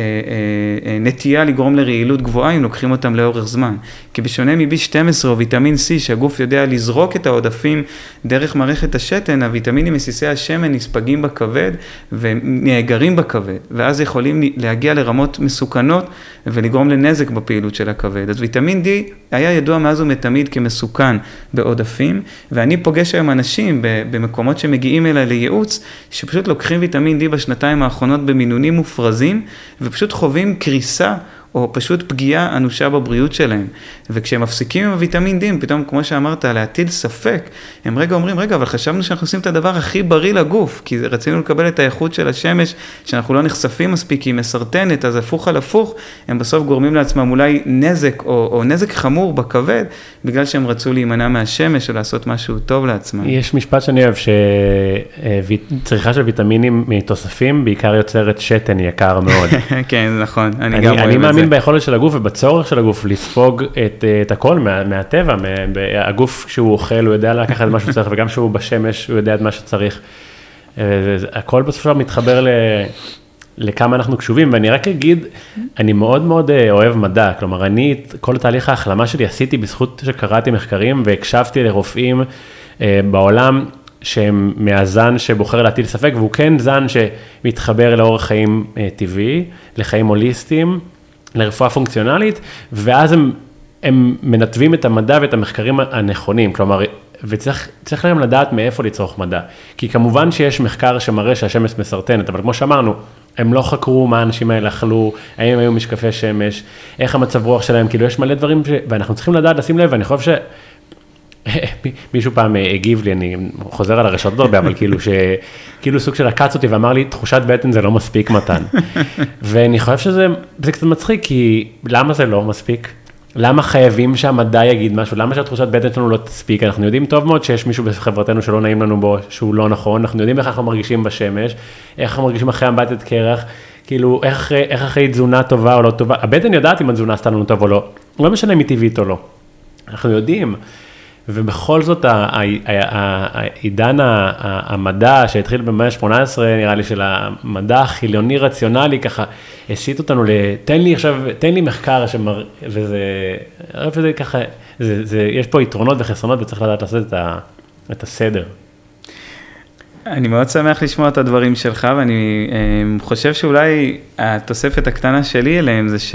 בנטייה לגרום לרעילות גבוהה, אם לוקחים אותם לאורך זמן. כי בשונה מ-B12 או ויטמין C, שהגוף יודע לזרוק את העודפים דרך מערכת השתן, הוויטמינים מסיסי השמן נספגים בכבד ונאגרים בכבד, ואז יכולים להגיע לרמות מסוכנות ולגרום לנזק בפעילות של הכבד. אז ויטמין D היה ידוע מאז ומתמיד כמסוכן בעודפים, ואני פוגש היום אנשים במקומות שמגיעים אליי לייעוץ, שפשוט לוקחים ויטמין D בשנתיים האחרונות במינונים מופרזים, ופשוט חווים קריסה או פשוט פגיעה אנושה בבריאות שלהם. וכשהם מפסיקים עם הוויטמין D, פתאום, כמו שאמרת, להטיל ספק, הם רגע אומרים, רגע, אבל חשבנו שאנחנו עושים את הדבר הכי בריא לגוף, כי רצינו לקבל את האיכות של השמש, שאנחנו לא נחשפים מספיק, היא מסרטנת, אז הפוך על הפוך, הם בסוף גורמים לעצמם אולי נזק, או נזק חמור בכבד, בגלל שהם רצו להימנע מהשמש, או לעשות משהו טוב לעצמם. יש משפט שאני אוהב, שצריכה של ויטמינים מתוספים, בעיקר יוצרת שתן יקר מאוד. כן, נכון, אני גם אוהב את זה. אני מאמין ביכולת של הגוף ובצורך של הגוף לספוג את הכל מהטבע, הגוף כשהוא אוכל, הוא יודע לקחת את מה שהוא צריך, וגם כשהוא בשמש, הוא יודע את מה שצריך. הכל בסופו מתחבר לכמה אנחנו קשובים, ואני רק אגיד, אני מאוד מאוד אוהב מדע, כלומר, אני, כל תהליך ההחלמה שלי עשיתי בזכות שקראתי מחקרים, והקשבתי לרופאים בעולם, שהם מהזן שבוחר להטיל ספק, והוא כן זן שמתחבר לאורח חיים טבעי, לחיים הוליסטיים, לרפואה פונקציונלית, ואז הם מנתבים את המדע ואת המחקרים הנכונים, כלומר, וצריך להם לדעת מאיפה לצרוך מדע, כי כמובן שיש מחקר שמראה שהשמש מסרטנת, אבל כמו שאמרנו, הם לא חקרו מה האנשים האלה אכלו, האם הם היו משקפי שמש, איך המצב רוח שלהם, כאילו יש מלא דברים, ואנחנו צריכים לדעת, לשים לב, ואני חושב מישהו פעם הגיב לי, אני חוזר על הרשתות הרבה, אבל כאילו סוג של עקץ אותי ואמר לי, תחושת בטן זה לא מספיק מתן. ואני חושב שזה קצת מצחיק, כי למה זה לא מספיק? למה חייבים שהמדע יגיד משהו? למה שהתחושת בטן שלנו לא תספיק? אנחנו יודעים טוב מאוד שיש מישהו בחברתנו שלא נעים לנו בו, שהוא לא נכון, אנחנו יודעים איך אנחנו מרגישים בשמש, איך אנחנו מרגישים אחרי אמבטת קרח, כאילו איך אחרי תזונה טובה או לא טובה, הבטן יודעת אם התזונה עשתה לנו טוב או לא, לא משנה אם היא טבעית או לא. אנחנו יודעים. ובכל זאת, העידן המדע שהתחיל במאה ה-18, נראה לי של המדע החילוני רציונלי, ככה הסיט אותנו תן לי מחקר, וזה ככה, יש פה יתרונות וחסרונות, וצריך לדעת לעשות את הסדר. אני מאוד שמח לשמוע את הדברים שלך, ואני חושב שאולי התוספת הקטנה שלי אליהם זה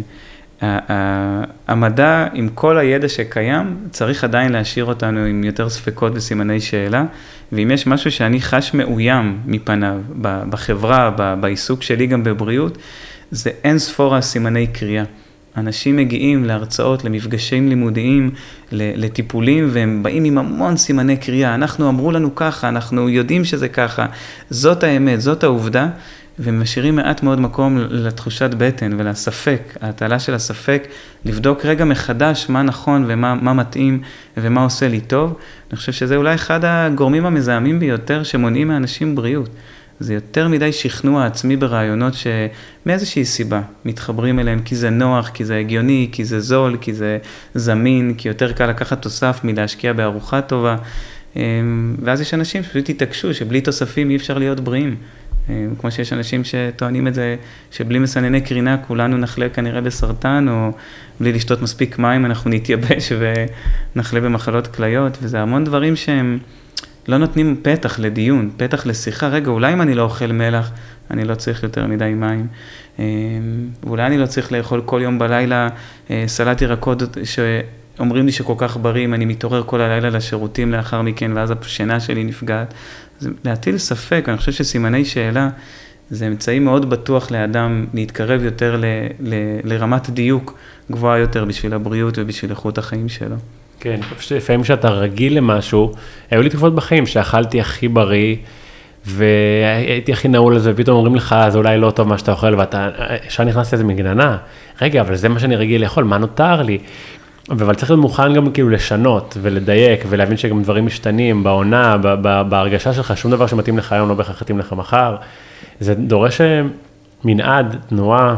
המדע, עם כל הידע שקיים, צריך עדיין להשאיר אותנו עם יותר ספקות וסימני שאלה, ואם יש משהו שאני חש מאוים מפניו, בחברה, בעיסוק שלי גם בבריאות, זה אין ספור הסימני קריאה. אנשים מגיעים להרצאות, למפגשים לימודיים, לטיפולים, והם באים עם המון סימני קריאה. אנחנו אמרו לנו ככה, אנחנו יודעים שזה ככה, זאת האמת, זאת העובדה, ומשאירים מעט מאוד מקום לתחושת בטן ולספק, ההטלה של הספק, לבדוק רגע מחדש מה נכון ומה מתאים ומה עושה לי טוב. אני חושב שזה אולי אחד הגורמים המזהמים ביותר שמונעים מאנשים בריאות. זה יותר מדי שכנוע עצמי ברעיונות שמאיזושהי סיבה מתחברים אליהם, כי זה נוח, כי זה הגיוני, כי זה זול, כי זה זמין, כי יותר קל לקחת תוסף מלהשקיע בארוחה טובה. ואז יש אנשים שפשוט התעקשו שבלי תוספים אי אפשר להיות בריאים. כמו שיש אנשים שטוענים את זה, שבלי מסנני קרינה כולנו נחלה כנראה בסרטן, או בלי לשתות מספיק מים אנחנו נתייבש ונחלה במחלות כליות, וזה המון דברים שהם לא נותנים פתח לדיון, פתח לשיחה. רגע, אולי אם אני לא אוכל מלח, אני לא צריך יותר מדי מים, ואולי אני לא צריך לאכול כל יום בלילה סלט ירקות שאומרים לי שכל כך בריא, אם אני מתעורר כל הלילה לשירותים לאחר מכן, ואז השינה שלי נפגעת. אז להטיל ספק, אני חושב שסימני שאלה, זה אמצעי מאוד בטוח לאדם להתקרב יותר לרמת דיוק גבוהה יותר בשביל הבריאות ובשביל איכות החיים שלו. כן, לפעמים שאתה רגיל למשהו, היו לי תקופות בחיים שאכלתי הכי בריא, והייתי הכי נעול לזה, ופתאום אומרים לך, זה אולי לא טוב מה שאתה אוכל, ואתה, ישר נכנס לאיזה מגננה, רגע, אבל זה מה שאני רגיל לאכול, מה נותר לי? אבל צריך להיות מוכן גם כאילו לשנות ולדייק, ולהבין שגם דברים משתנים בעונה, בהרגשה שלך, שום דבר שמתאים לך היום לא בהכרח מתאים לך מחר. זה דורש מנעד, תנועה.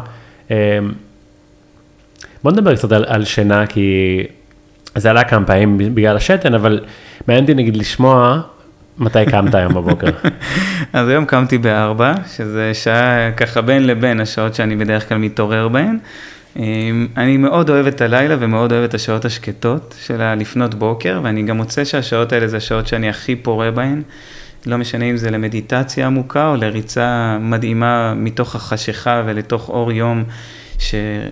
בוא נדבר קצת על שינה, כי זה עלה כמה פעמים בגלל השתן, אבל מעניין אותי נגיד לשמוע מתי קמת היום בבוקר. אז היום קמתי ב-4, שזה שעה ככה בין לבין השעות שאני בדרך כלל מתעורר בהן. אני מאוד אוהב את הלילה ומאוד אוהב את השעות השקטות של לפנות בוקר, ואני גם מוצא שהשעות האלה זה השעות שאני הכי פורה בהן. לא משנה אם זה למדיטציה עמוקה או לריצה מדהימה מתוך החשיכה ולתוך אור יום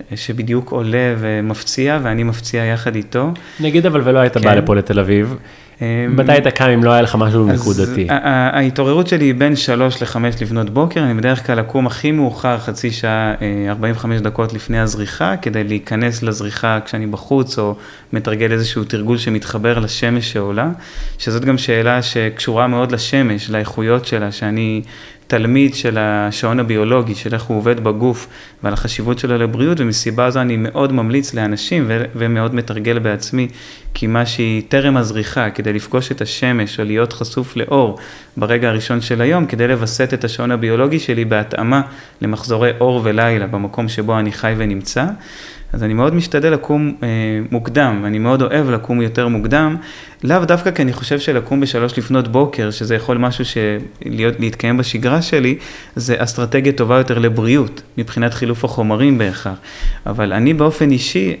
שבדיוק עולה ומפציע, ואני מפציע יחד איתו. נגיד אבל ולא היית בא לפה לתל אביב, מתי היית קם אם לא היה לך משהו נקודתי? ההתעוררות שלי היא בין 3 ל-5 לפנות בוקר, אני בדרך כלל אקום הכי מאוחר, חצי שעה, 45 דקות לפני הזריחה, כדי להיכנס לזריחה כשאני בחוץ, או מתרגל איזשהו תרגול שמתחבר לשמש שעולה, שזאת גם שאלה שקשורה מאוד לשמש, לאיכויות שלה, שאני תלמיד של השעון הביולוגי, של איך הוא עובד בגוף, ועל החשיבות שלו לבריאות, ומסיבה זו אני מאוד ממליץ לאנשים, ומאוד מתרגל בעצמי, כי מה שהיא טרם הזריחה, כדי לפגוש את השמש, או להיות חשוף לאור, ברגע הראשון של היום, כדי לבסט את השעון הביולוגי שלי, בהתאמה למחזורי אור ולילה, במקום שבו אני חי ונמצא, אז אני מאוד משתדל לקום מוקדם, אני מאוד אוהב לקום יותר מוקדם, לאו דווקא כי אני חושב שלקום ב3 לפנות בוקר, שזה יכול משהו להתקיים בשגרה שלי, זה אסטרטגיה טובה יותר לבריאות, מבחינת חילוף החומרים בהכרח. אבל אני באופן אישי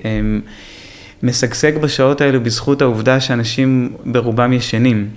משגשג בשעות האלו בזכות העובדה שאנשים ברובם ישנים,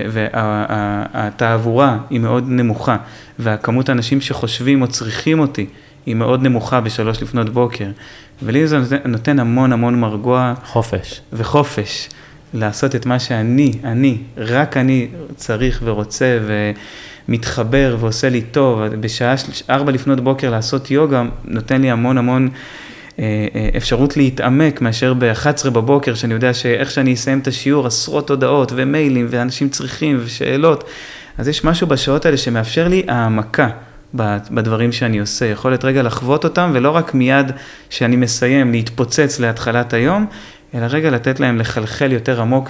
והתעבורה היא מאוד נמוכה, והכמות האנשים שחושבים או צריכים אותי, היא מאוד נמוכה ב3 לפנות בוקר, ולי זה נותן המון המון מרגוע. חופש. וחופש, לעשות את מה שאני, רק אני צריך ורוצה ומתחבר ועושה לי טוב, בשעה 4 לפנות בוקר לעשות יוגה, נותן לי המון המון אפשרות להתעמק מאשר ב-11 בבוקר, שאני יודע שאיך שאני אסיים את השיעור, עשרות הודעות ומיילים ואנשים צריכים ושאלות, אז יש משהו בשעות האלה שמאפשר לי העמקה. בדברים שאני עושה, יכולת רגע לחוות אותם, ולא רק מיד שאני מסיים להתפוצץ להתחלת היום, אלא רגע לתת להם לחלחל יותר עמוק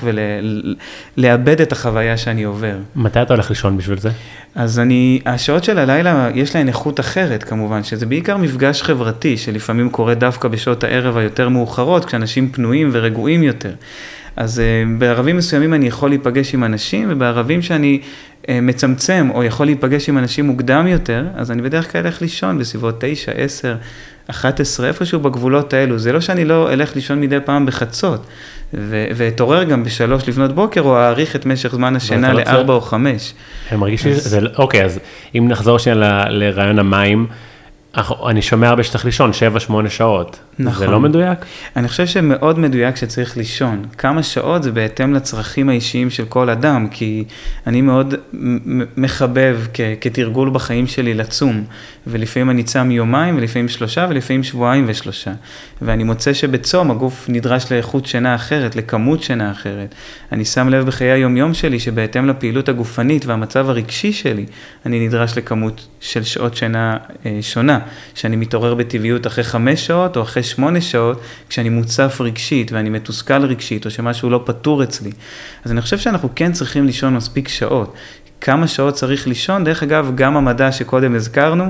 ולאבד את החוויה שאני עובר. מתי אתה הולך לישון בשביל זה? אז השעות של הלילה יש להן איכות אחרת כמובן, שזה בעיקר מפגש חברתי, שלפעמים קורה דווקא בשעות הערב היותר מאוחרות, כשאנשים פנויים ורגועים יותר. אז בערבים מסוימים אני יכול להיפגש עם אנשים, ובערבים שאני מצמצם או יכול להיפגש עם אנשים מוקדם יותר, אז אני בדרך כלל אלך לישון בסביבות 9, 10, 11, איפשהו בגבולות האלו. זה לא שאני לא אלך לישון מדי פעם בחצות, ואתעורר גם ב3 לפנות בוקר, או אעריך את משך זמן השינה ל4 או 5. אני מרגיש אוקיי, אז אם נחזור שנייה לרעיון המים, אני שומע הרבה שצריך לישון 7-8 שעות. נכון. זה לא מדויק? אני חושב שמאוד מדויק שצריך לישון. כמה שעות זה בהתאם לצרכים האישיים של כל אדם, כי אני מאוד מחבב כתרגול בחיים שלי לצום, ולפעמים אני צם יומיים, ולפעמים 3, ולפעמים 2 שבועות ו3. ואני מוצא שבצום הגוף נדרש לאיכות שינה אחרת, לכמות שינה אחרת. אני שם לב בחיי היום-יום שלי שבהתאם לפעילות הגופנית והמצב הרגשי שלי, אני נדרש לכמות של שעות שינה שונה, שאני מתעורר בטבעיות אחרי 5 שעות או אחרי 8 שעות, כשאני מוצף רגשית ואני מתוסכל רגשית, או שמשהו לא פתור אצלי. אז אני חושב שאנחנו כן צריכים לישון מספיק שעות. כמה שעות צריך לישון? דרך אגב, גם המדע שקודם הזכרנו,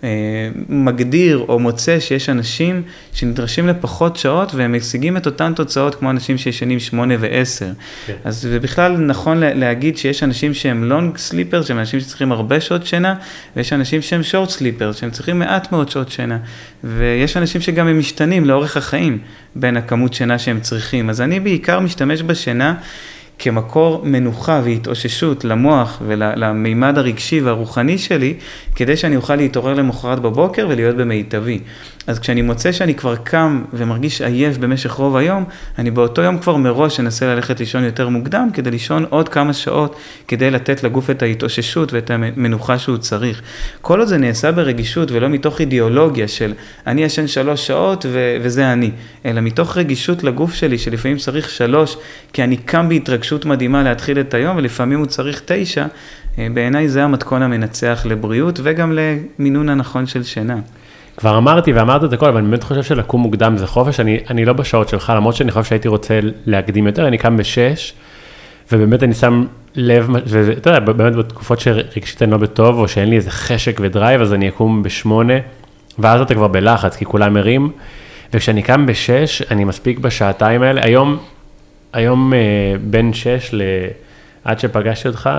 מגדיר או מוצא שיש אנשים שנדרשים לפחות שעות, והם משיגים את אותן תוצאות כמו אנשים שישנים 8 ו10. כן. אז זה בכלל נכון להגיד שיש אנשים שהם long sleepers, שהם אנשים שצריכים הרבה שעות שינה, ויש אנשים שהם short sleepers, שהם צריכים מעט מאוד שעות שינה. ויש אנשים שגם הם משתנים לאורך החיים בין הכמות שינה שהם צריכים. אז אני בעיקר משתמש בשינה כמקור מנוחה והתאוששות למוח ולמימד הרגשי והרוחני שלי, כדי שאני אוכל להתעורר למחרת בבוקר ולהיות במיטבי. אז כשאני מוצא שאני כבר קם ומרגיש עייף במשך רוב היום, אני באותו יום כבר מראש אנסה ללכת לישון יותר מוקדם, כדי לישון עוד כמה שעות, כדי לתת לגוף את ההתאוששות ואת המנוחה שהוא צריך. כל עוד זה נעשה ברגישות ולא מתוך אידיאולוגיה של אני ישן 3 שעות וזה אני, אלא מתוך רגישות לגוף שלי שלפעמים צריך 3, כי אני קם בהתרגשות מדהימה להתחיל את היום, ולפעמים הוא צריך 9, בעיניי זה המתכון המנצח לבריאות וגם למינון הנכון של שינה. כבר אמרתי ואמרת את הכל, אבל אני באמת חושב שלקום מוקדם זה חופש, אני לא בשעות שלך, למרות שאני חושב שהייתי רוצה להקדים יותר, אני קם ב6, ובאמת אני שם לב, ואתה יודע, באמת בתקופות שרגשית אני לא בטוב, או שאין לי איזה חשק ודרייב, אז אני אקום ב8, ואז אתה כבר בלחץ, כי כולם מרים, וכשאני קם ב6, אני מספיק בשעתיים האלה, היום בין 6 עד שפגשתי אותך,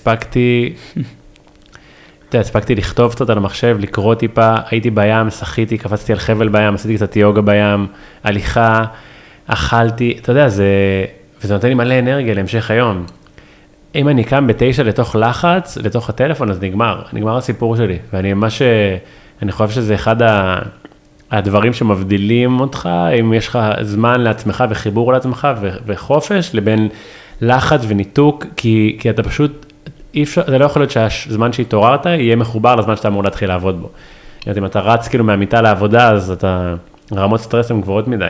הספקתי לכתוב קצת על המחשב, לקרוא טיפה, הייתי בים, שחיתי, קפצתי על חבל בים, עשיתי קצת יוגה בים, הליכה, אכלתי, אתה יודע, וזה נותן לי מלא אנרגיה להמשך היום. אם אני קם ב9 לתוך לחץ, לתוך הטלפון, אז נגמר הסיפור שלי, אני חושב שזה אחד הדברים שמבדילים אותך, אם יש לך זמן לעצמך וחיבור לעצמך וחופש, לבין לחץ וניתוק, כי אתה פשוט, אי אפשר, זה לא יכול להיות שהזמן שהתעוררת יהיה מחובר לזמן שאתה אמור להתחיל לעבוד בו. אם אתה רץ כאילו מהמיטה לעבודה, אז רמות סטרס הן גבוהות מדי.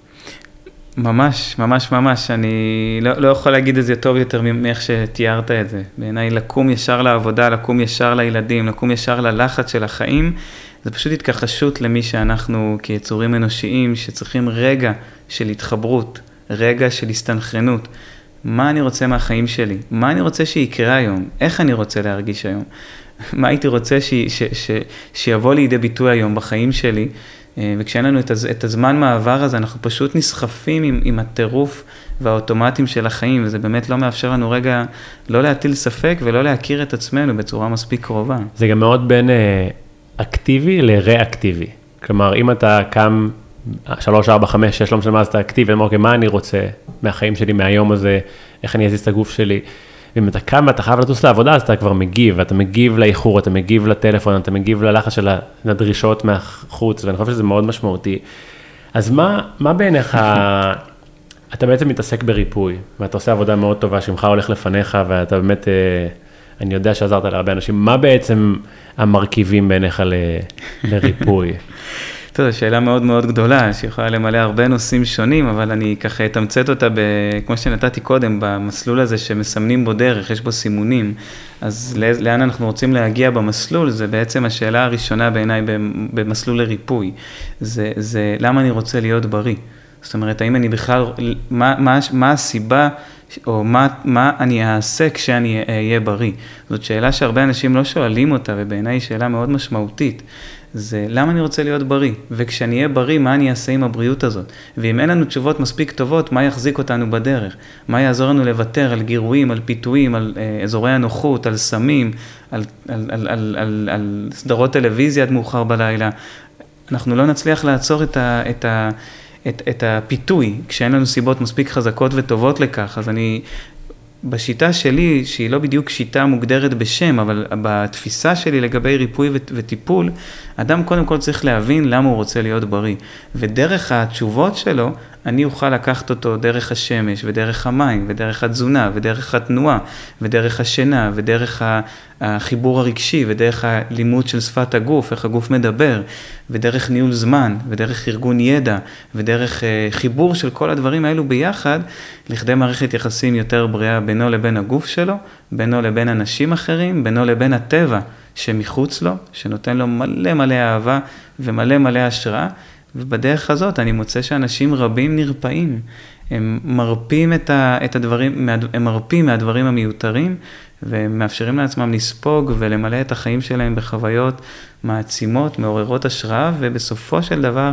ממש, ממש, ממש. אני לא יכול להגיד את זה טוב יותר מאיך שתיארת את זה. בעיניי לקום ישר לעבודה, לקום ישר לילדים, לקום ישר ללחץ של החיים, זה פשוט התכחשות למי שאנחנו כיצורים אנושיים, שצריכים רגע של התחברות, רגע של הסתנכרנות. מה אני רוצה מהחיים שלי? מה אני רוצה שיקרה היום? איך אני רוצה להרגיש היום? מה הייתי רוצה שיבוא לידי ביטוי היום בחיים שלי? וכשאין לנו את הזמן מעבר הזה, אנחנו פשוט נסחפים עם הטירוף והאוטומטים של החיים, וזה באמת לא מאפשר לנו רגע לא להטיל ספק ולא להכיר את עצמנו בצורה מספיק קרובה. זה גם מאוד בין אקטיבי לריאקטיבי. כלומר, אם אתה קם 3, 4, 5, 6, לא משנה מה, אז אתה אקטיבי, אוקיי, מה אני רוצה מהחיים שלי, מהיום הזה, איך אני אזיז את הגוף שלי, ואם אתה קם ואתה חייב לטוס לעבודה, אז אתה כבר מגיב, אתה מגיב לאיחור, אתה מגיב לטלפון, אתה מגיב ללחץ של הדרישות מהחוץ, ואני חושב שזה מאוד משמעותי. אז מה בעיניך, אתה בעצם מתעסק בריפוי, ואתה עושה עבודה מאוד טובה, שמך הולך לפניך, ואתה באמת, אני יודע שעזרת להרבה אנשים, מה בעצם המרכיבים בעיניך לריפוי? טוב, זו שאלה מאוד מאוד גדולה, שיכולה למלא הרבה נושאים שונים, אבל אני ככה אתמצת אותה, כמו שנתתי קודם, במסלול הזה שמסמנים בו דרך, יש בו סימונים, אז לאן אנחנו רוצים להגיע במסלול, זה בעצם השאלה הראשונה בעיניי במסלול לריפוי, זה למה אני רוצה להיות בריא? זאת אומרת, האם אני בכלל, מה הסיבה, או מה אני אעשה כשאני אהיה בריא? זאת שאלה שהרבה אנשים לא שואלים אותה, ובעיניי היא שאלה מאוד משמעותית. זה למה אני רוצה להיות בריא, וכשאני אהיה בריא, מה אני אעשה עם הבריאות הזאת? ואם אין לנו תשובות מספיק טובות, מה יחזיק אותנו בדרך? מה יעזור לנו לוותר על גירויים, על פיתויים, על אזורי הנוחות, על סמים, על סדרות טלוויזיה עד מאוחר בלילה? אנחנו לא נצליח לעצור את הפיתוי, כשאין לנו סיבות מספיק חזקות וטובות לכך, אז בשיטה שלי, שהיא לא בדיוק שיטה מוגדרת בשם, אבל בתפיסה שלי לגבי ריפוי וטיפול, אדם קודם כל צריך להבין למה הוא רוצה להיות בריא. ודרך התשובות שלו, אני אוכל לקחת אותו דרך השמש, ודרך המים, ודרך התזונה, ודרך התנועה, ודרך השינה, ודרך החיבור הרגשי, ודרך הלימוד של שפת הגוף, איך הגוף מדבר, ודרך ניהול זמן, ודרך ארגון ידע, ודרך חיבור של כל הדברים האלו ביחד, לכדי מערכת יחסים יותר בריאה בינו לבין הגוף שלו, בינו לבין אנשים אחרים, בינו לבין הטבע שמחוץ לו, שנותן לו מלא מלא אהבה ומלא מלא השראה, ובדרך הזאת אני מוצא שאנשים רבים נרפאים, הם מרפים את הדברים, הם מרפים מהדברים המיותרים, ומאפשרים לעצמם לספוג ולמלא את החיים שלהם בחוויות מעצימות, מעוררות השראה, ובסופו של דבר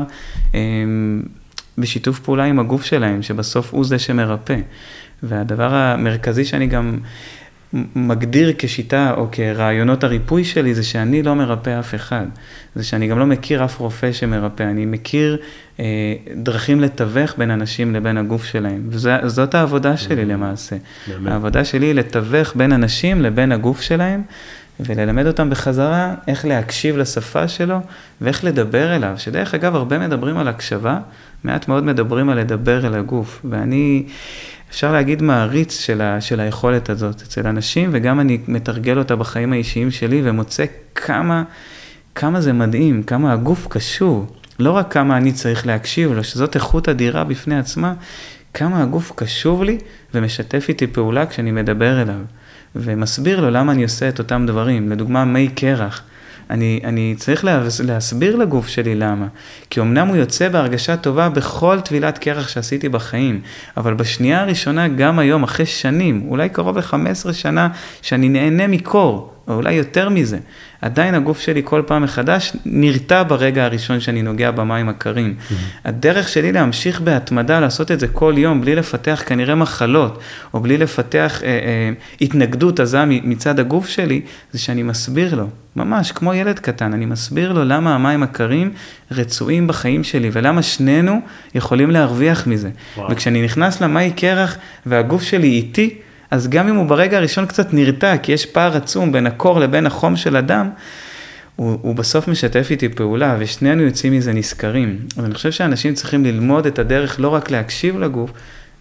בשיתוף פעולה עם הגוף שלהם, שבסוף הוא זה שמרפא. והדבר המרכזי שאני גם מגדיר כשיטה או כרעיונות הריפוי שלי, זה שאני לא מרפא אף אחד. זה שאני גם לא מכיר אף רופא שמרפא. אני מכיר דרכים לתווך בין אנשים לבין הגוף שלהם. וזאת העבודה שלי למעשה. העבודה שלי היא לתווך בין אנשים לבין הגוף שלהם, וללמד אותם בחזרה איך להקשיב לשפה שלו, ואיך לדבר אליו. שדרך אגב, הרבה מדברים על הקשבה, מעט מאוד מדברים על לדבר אל הגוף. ואני אפשר להגיד מעריץ של היכולת הזאת אצל אנשים, וגם אני מתרגל אותה בחיים האישיים שלי, ומוצא כמה זה מדהים, כמה הגוף קשור. לא רק כמה אני צריך להקשיב לו, שזאת איכות אדירה בפני עצמה, כמה הגוף קשוב לי ומשתף איתי פעולה כשאני מדבר אליו. ומסביר לו למה אני עושה את אותם דברים. לדוגמה, מי קרח. אני צריך להסביר לגוף שלי למה. כי אמנם הוא יוצא בהרגשה טובה בכל טבילת קרח שעשיתי בחיים, אבל בשנייה הראשונה, גם היום, אחרי שנים, אולי קרוב ל-15 שנה, שאני נהנה מקור, או אולי יותר מזה, עדיין הגוף שלי כל פעם מחדש נרתע ברגע הראשון שאני נוגע במים הקרים. הדרך שלי להמשיך בהתמדה, לעשות את זה כל יום, בלי לפתח כנראה מחלות, או בלי לפתח התנגדות עזה מצד הגוף שלי, זה שאני מסביר לו, ממש כמו ילד קטן, אני מסביר לו למה המים הקרים רצויים בחיים שלי, ולמה שנינו יכולים להרוויח מזה. וכשאני נכנס למי קרח והגוף שלי איתי, אז גם אם הוא ברגע הראשון קצת נרתע, כי יש פער עצום בין הקור לבין החום של אדם, הוא בסוף משתף איתי פעולה, ושנינו יוצאים מזה נזכרים. אז אני חושב שאנשים צריכים ללמוד את הדרך לא רק להקשיב לגוף,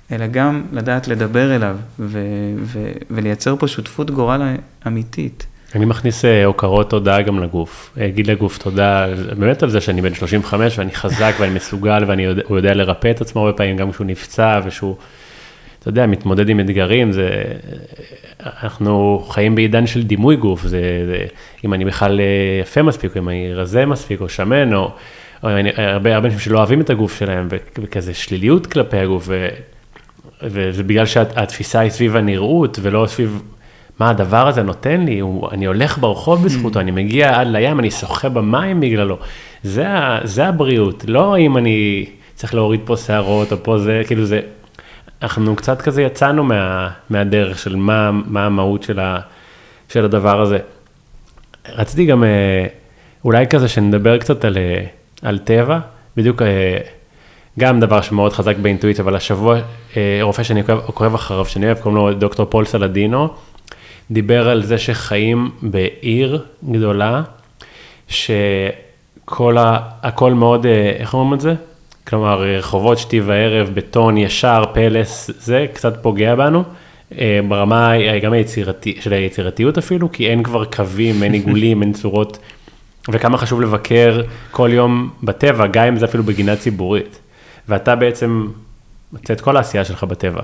אלא גם לדעת לדבר אליו, ולייצר פה שותפות גורל אמיתית. אני מכניס הוקרות תודה גם לגוף, אגיד לגוף תודה, באמת על זה שאני בן 35 ואני חזק ואני מסוגל והוא יודע לרפא את עצמו הרבה פעמים, גם כשהוא נפצע ושהוא, אתה יודע, מתמודד עם אתגרים, אנחנו חיים בעידן של דימוי גוף, אם אני בכלל יפה מספיק, או אם אני רזה מספיק, או שמן, או הרבה אנשים שלא אוהבים את הגוף שלהם, וכזה שליליות כלפי הגוף, וזה בגלל שהתפיסה היא סביב הנראות, ולא סביב מה הדבר הזה נותן לי, אני הולך ברחוב בזכותו, אני מגיע עד לים, אני שוחה במים בגללו, זה הבריאות, לא אם אני צריך להוריד פה שערות, או פה זה, כאילו זה, אנחנו קצת כזה יצאנו מהדרך של מה המהות של הדבר הזה. רציתי גם, אולי כזה שנדבר קצת על טבע, בדיוק גם דבר שמאוד חזק באינטואיציה, אבל השבוע רופא שאני עוקב אחריו, שאני אוהב, קוראים לו דוקטור פול סלדינו, דיבר על זה שחיים בעיר גדולה, הכל מאוד, איך אומרים את זה? כלומר, רחובות שתי וערב, בטון ישר, פלס, זה קצת פוגע בנו, ברמה גם של היצירתיות אפילו, כי אין כבר קווים, אין עיגולים, אין צורות, וכמה חשוב לבקר כל יום בטבע, גם אם זה אפילו בגינה ציבורית. ואתה בעצם מצא את כל העשייה שלך בטבע.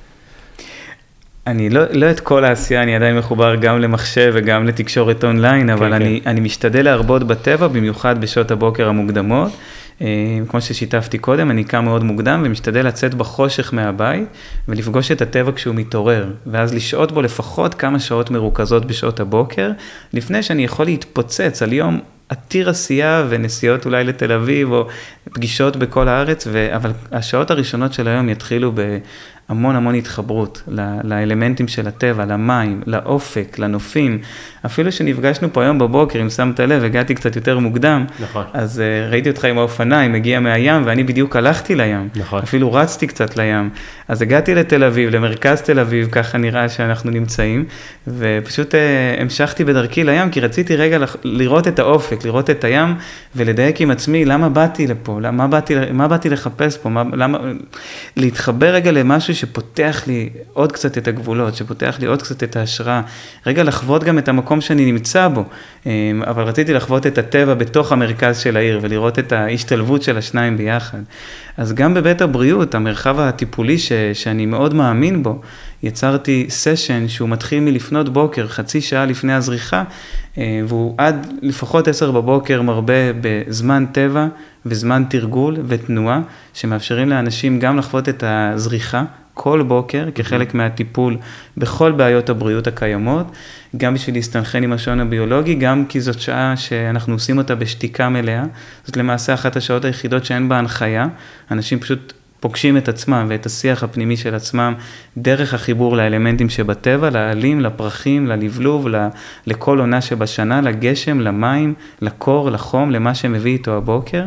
אני לא את כל העשייה, אני עדיין מחובר גם למחשב וגם לתקשורת אונליין, אבל אני משתדל להרבות בטבע, במיוחד בשעות הבוקר המוקדמות. כמו ששיתפתי קודם, אני קם מאוד מוקדם ומשתדל לצאת בחושך מהבית ולפגוש את הטבע כשהוא מתעורר, ואז לשעות בו לפחות כמה שעות מרוכזות בשעות הבוקר, לפני שאני יכול להתפוצץ על יום עתיר עשייה ונסיעות אולי לתל אביב או פגישות בכל הארץ, אבל השעות הראשונות של היום יתחילו המון התחברות לאלמנטים של הטבע, למים, לאופק, לנופים. אפילו שנפגשנו פה היום בבוקר, אם שמת לב, הגעתי קצת יותר מוקדם, נכון. אז ראיתי אותך עם האופניים, מגיע מהים, ואני בדיוק הלכתי לים. נכון. אפילו רצתי קצת לים. אז הגעתי לתל אביב, למרכז תל אביב, ככה נראה שאנחנו נמצאים, ופשוט המשכתי בדרכי לים, כי רציתי רגע לראות את האופק, לראות את הים, ולדייק עם עצמי, למה באתי לפה? מה באתי לחפש פה? למה להתחבר רגע למשהו שפותח לי עוד קצת את הגבולות, שפותח לי עוד קצת את ההשראה, רגע לחוות גם את המקום שאני נמצא בו, אבל רציתי לחוות את הטבע בתוך המרכז של העיר, ולראות את ההשתלבות של השניים ביחד. אז גם בבית הבריאות, המרחב הטיפולי שאני מאוד מאמין בו, יצרתי סשן שהוא מתחיל מלפנות בוקר, חצי שעה לפני הזריחה, והוא עד לפחות 10 בבוקר מרבה בזמן טבע וזמן תרגול ותנועה, שמאפשרים לאנשים גם לחוות את הזריחה כל בוקר, כחלק מהטיפול בכל בעיות הבריאות הקיימות, גם בשביל להסתנכן עם השעון הביולוגי, גם כי זאת שעה שאנחנו עושים אותה בשתיקה מלאה, זאת למעשה אחת השעות היחידות שאין בה הנחיה, אנשים פשוט פוגשים את עצמם ואת השיח הפנימי של עצמם, דרך החיבור לאלמנטים שבטבע, לעלים, לפרחים, ללבלוב, לכל עונה שבשנה, לגשם, למים, לקור, לחום, למה שמביא איתו הבוקר.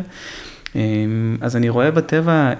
אז אני רואה בטבע,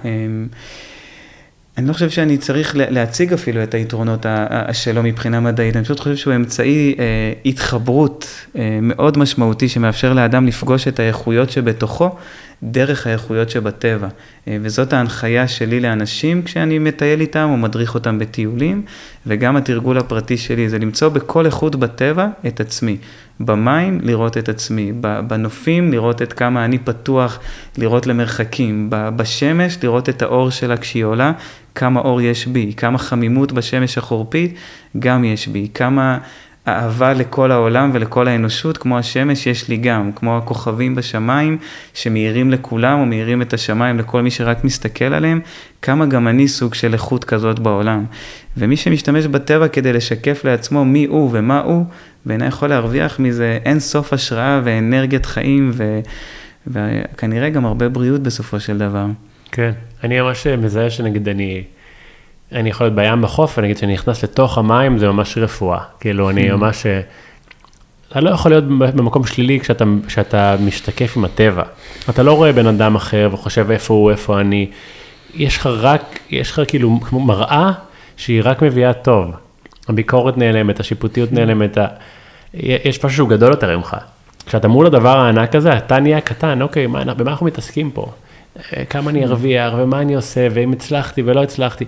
אני לא חושב שאני צריך להציג אפילו את היתרונות שלו מבחינה מדעית, אני פשוט חושב שהוא אמצעי התחברות מאוד משמעותי שמאפשר לאדם לפגוש את האיכויות שבתוכו, דרך האיכויות שבטבע. וזאת ההנחיה שלי לאנשים כשאני מטייל איתם או מדריך אותם בטיולים, וגם התרגול הפרטי שלי זה למצוא בכל איכות בטבע את עצמי. במים לראות את עצמי, בנופים לראות את כמה אני פתוח, לראות למרחקים, בשמש לראות את האור שלה כשהיא עולה, כמה אור יש בי, כמה חמימות בשמש החורפית גם יש בי, כמה אהבה לכל העולם ולכל האנושות, כמו השמש יש לי גם, כמו הכוכבים בשמיים שמאירים לכולם או מאירים את השמיים לכל מי שרק מסתכל עליהם, כמה גם אני סוג של איכות כזאת בעולם. ומי שמשתמש בטבע כדי לשקף לעצמו מי הוא ומה הוא, ואינה יכול להרוויח מזה אין סוף השראה ואנרגיית חיים וכנראה גם הרבה בריאות בסופו של דבר. כן, אני ממש מזהה שנגיד אני יכול להיות בים בחוף, ונגיד שאני נכנס לתוך המים, זה ממש רפואה. כאילו, אני ממש, אתה לא יכול להיות במקום שלילי כשאתה משתקף עם הטבע. אתה לא רואה בן אדם אחר וחושב איפה הוא, איפה אני. יש לך כאילו מראה שהיא רק מביאה טוב. הביקורת נעלמת, השיפוטיות נעלמת, יש משהו שהוא גדול יותר ממך. כשאתה מול הדבר הענק הזה, אתה נהיה קטן, אוקיי, במה אנחנו מתעסקים פה? כמה אני ארוויח, ומה אני עושה, ואם הצלחתי ולא הצלחתי.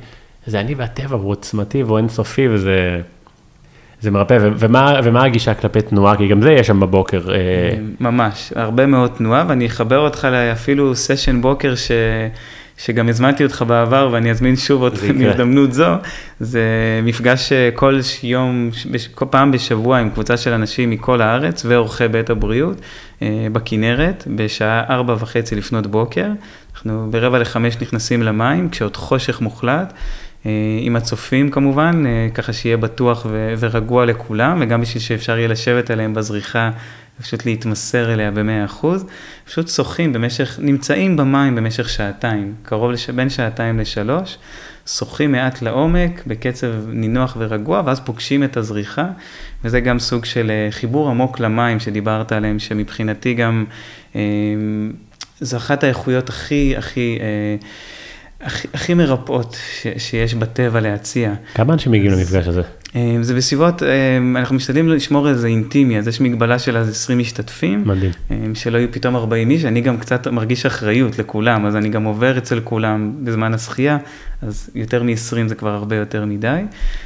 זה אני והטבע, הוא עוצמתי והוא אינסופי, וזה מרפא, ומה הגישה כלפי תנועה? כי גם זה יש שם בבוקר. ממש, הרבה מאוד תנועה, ואני אחבר אותך אפילו סשן בוקר שגם הזמנתי אותך בעבר, ואני אזמין שוב אותך מהזדמנות זו. זה מפגש כל יום, כל פעם בשבוע עם קבוצה של אנשים מכל הארץ, ועורכי בית הבריאות, בכנרת, בשעה 4:30 לפנות בוקר. אנחנו 4:45 נכנסים למים, כשעוד חושך מוחלט, עם הצופים כמובן, ככה שיהיה בטוח ורגוע לכולם, וגם בשביל שאפשר יהיה לשבת עליהם בזריחה, פשוט להתמסר אליה ב100%, פשוט שוחים נמצאים במים במשך שעתיים, קרוב בין 2 ל3, שוחים מעט לעומק, בקצב נינוח ורגוע, ואז פוגשים את הזריחה, וזה גם סוג של חיבור עמוק למים שדיברת עליהם, שמבחינתי גם, זו אחת האיכויות הכי מרפאות שיש בטבע להציע. כמה אנשים מגיעים למפגש הזה? זה בסביבות, אנחנו משתדלים לשמור איזה אינטימי, אז יש מגבלה של 20 משתתפים. מדהים. שלא יהיו פתאום 40 איש, אני גם קצת מרגיש אחריות לכולם, אז אני גם עובר אצל כולם בזמן השחייה, אז יותר מ-20 זה כבר הרבה יותר מדי.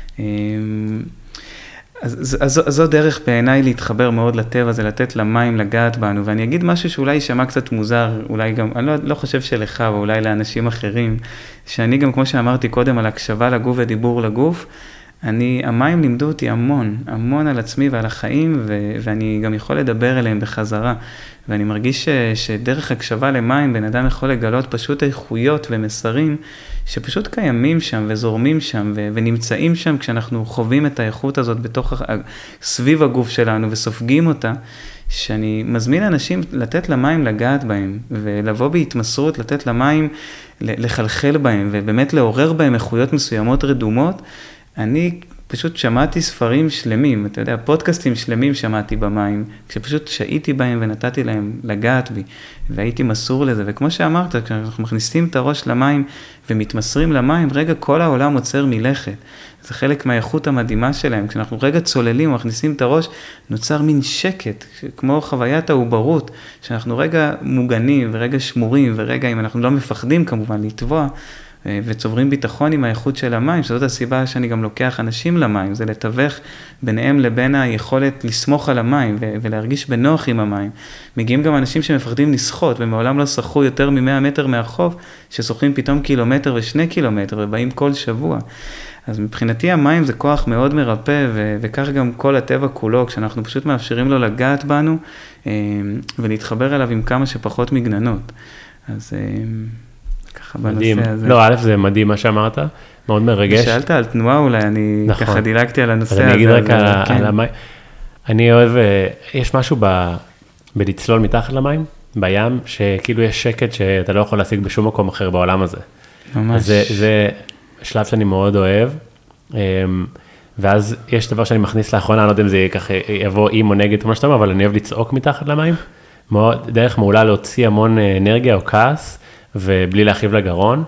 אז זו דרך בעיניי להתחבר מאוד לטבע, זה לתת למים לגעת בנו, ואני אגיד משהו שאולי יישמע קצת מוזר, אולי גם, אני לא חושב שלך, ואולי לאנשים אחרים, שאני גם, כמו שאמרתי קודם, על הקשבה לגוף ודיבור לגוף, המים לימדו אותי המון על עצמי ועל החיים, ואני גם יכול לדבר אליהם בחזרה, ואני מרגיש שדרך הקשבה למים, בן אדם יכול לגלות פשוט איכויות ומסרים, שפשוט קיימים שם וזורמים שם, ונמצאים שם כשאנחנו חווים את האיכות הזאת סביב הגוף שלנו, וסופגים אותה, שאני מזמין אנשים לתת למים לגעת בהם, ולבוא בהתמסרות, לתת למים לחלחל בהם, ובאמת לעורר בהם איכויות מסוימות רדומות. אני פשוט שמעתי ספרים שלמים, אתה יודע, פודקאסטים שלמים שמעתי במים, כשפשוט שהיתי בהם ונתתי להם לגעת בי, והייתי מסור לזה, וכמו שאמרת, כשאנחנו מכניסים את הראש למים ומתמסרים למים, רגע כל העולם עוצר מלכת. זה חלק מהאיכות המדהימה שלהם, כשאנחנו רגע צוללים ומכניסים את הראש, נוצר מין שקט, כמו חוויית העוברות, שאנחנו רגע מוגנים ורגע שמורים, ורגע אם אנחנו לא מפחדים כמובן לטבוע, וצוברים ביטחון עם האיכות של המים, שזאת הסיבה שאני גם לוקח אנשים למים, זה לתווך ביניהם לבין היכולת לסמוך על המים ולהרגיש בנוח עם המים. מגיעים גם אנשים שמפחדים לשחות, ומעולם לא שחו יותר מ100 מטר מהחוף, ששוחים פתאום 1 קילומטר ו2 קילומטר, ובאים כל שבוע. אז מבחינתי המים זה כוח מאוד מרפא, וכך גם כל הטבע כולו, כשאנחנו פשוט מאפשרים לו לגעת בנו, ולהתחבר אליו עם כמה שפחות מגננות. אז מדהים. לא, א', זה מדהים מה שאמרת, מאוד מרגש. שאלת על תנועה אולי, אני ככה דילגתי על הנושא הזה. אז אני אגיד רק על המים. אני אוהב, יש משהו בלצלול מתחת למים, בים, שכאילו יש שקט שאתה לא יכול להשיג בשום מקום אחר בעולם הזה. ממש. זה שלב שאני מאוד אוהב, ואז יש דבר שאני מכניס לאחרונה, אני לא יודע אם זה ככה יבוא עם או נגד כמו שאתה אומר, אבל אני אוהב לצעוק מתחת למים, דרך מעולה להוציא המון אנרגיה או כעס, ובלי להכאיב לגרון.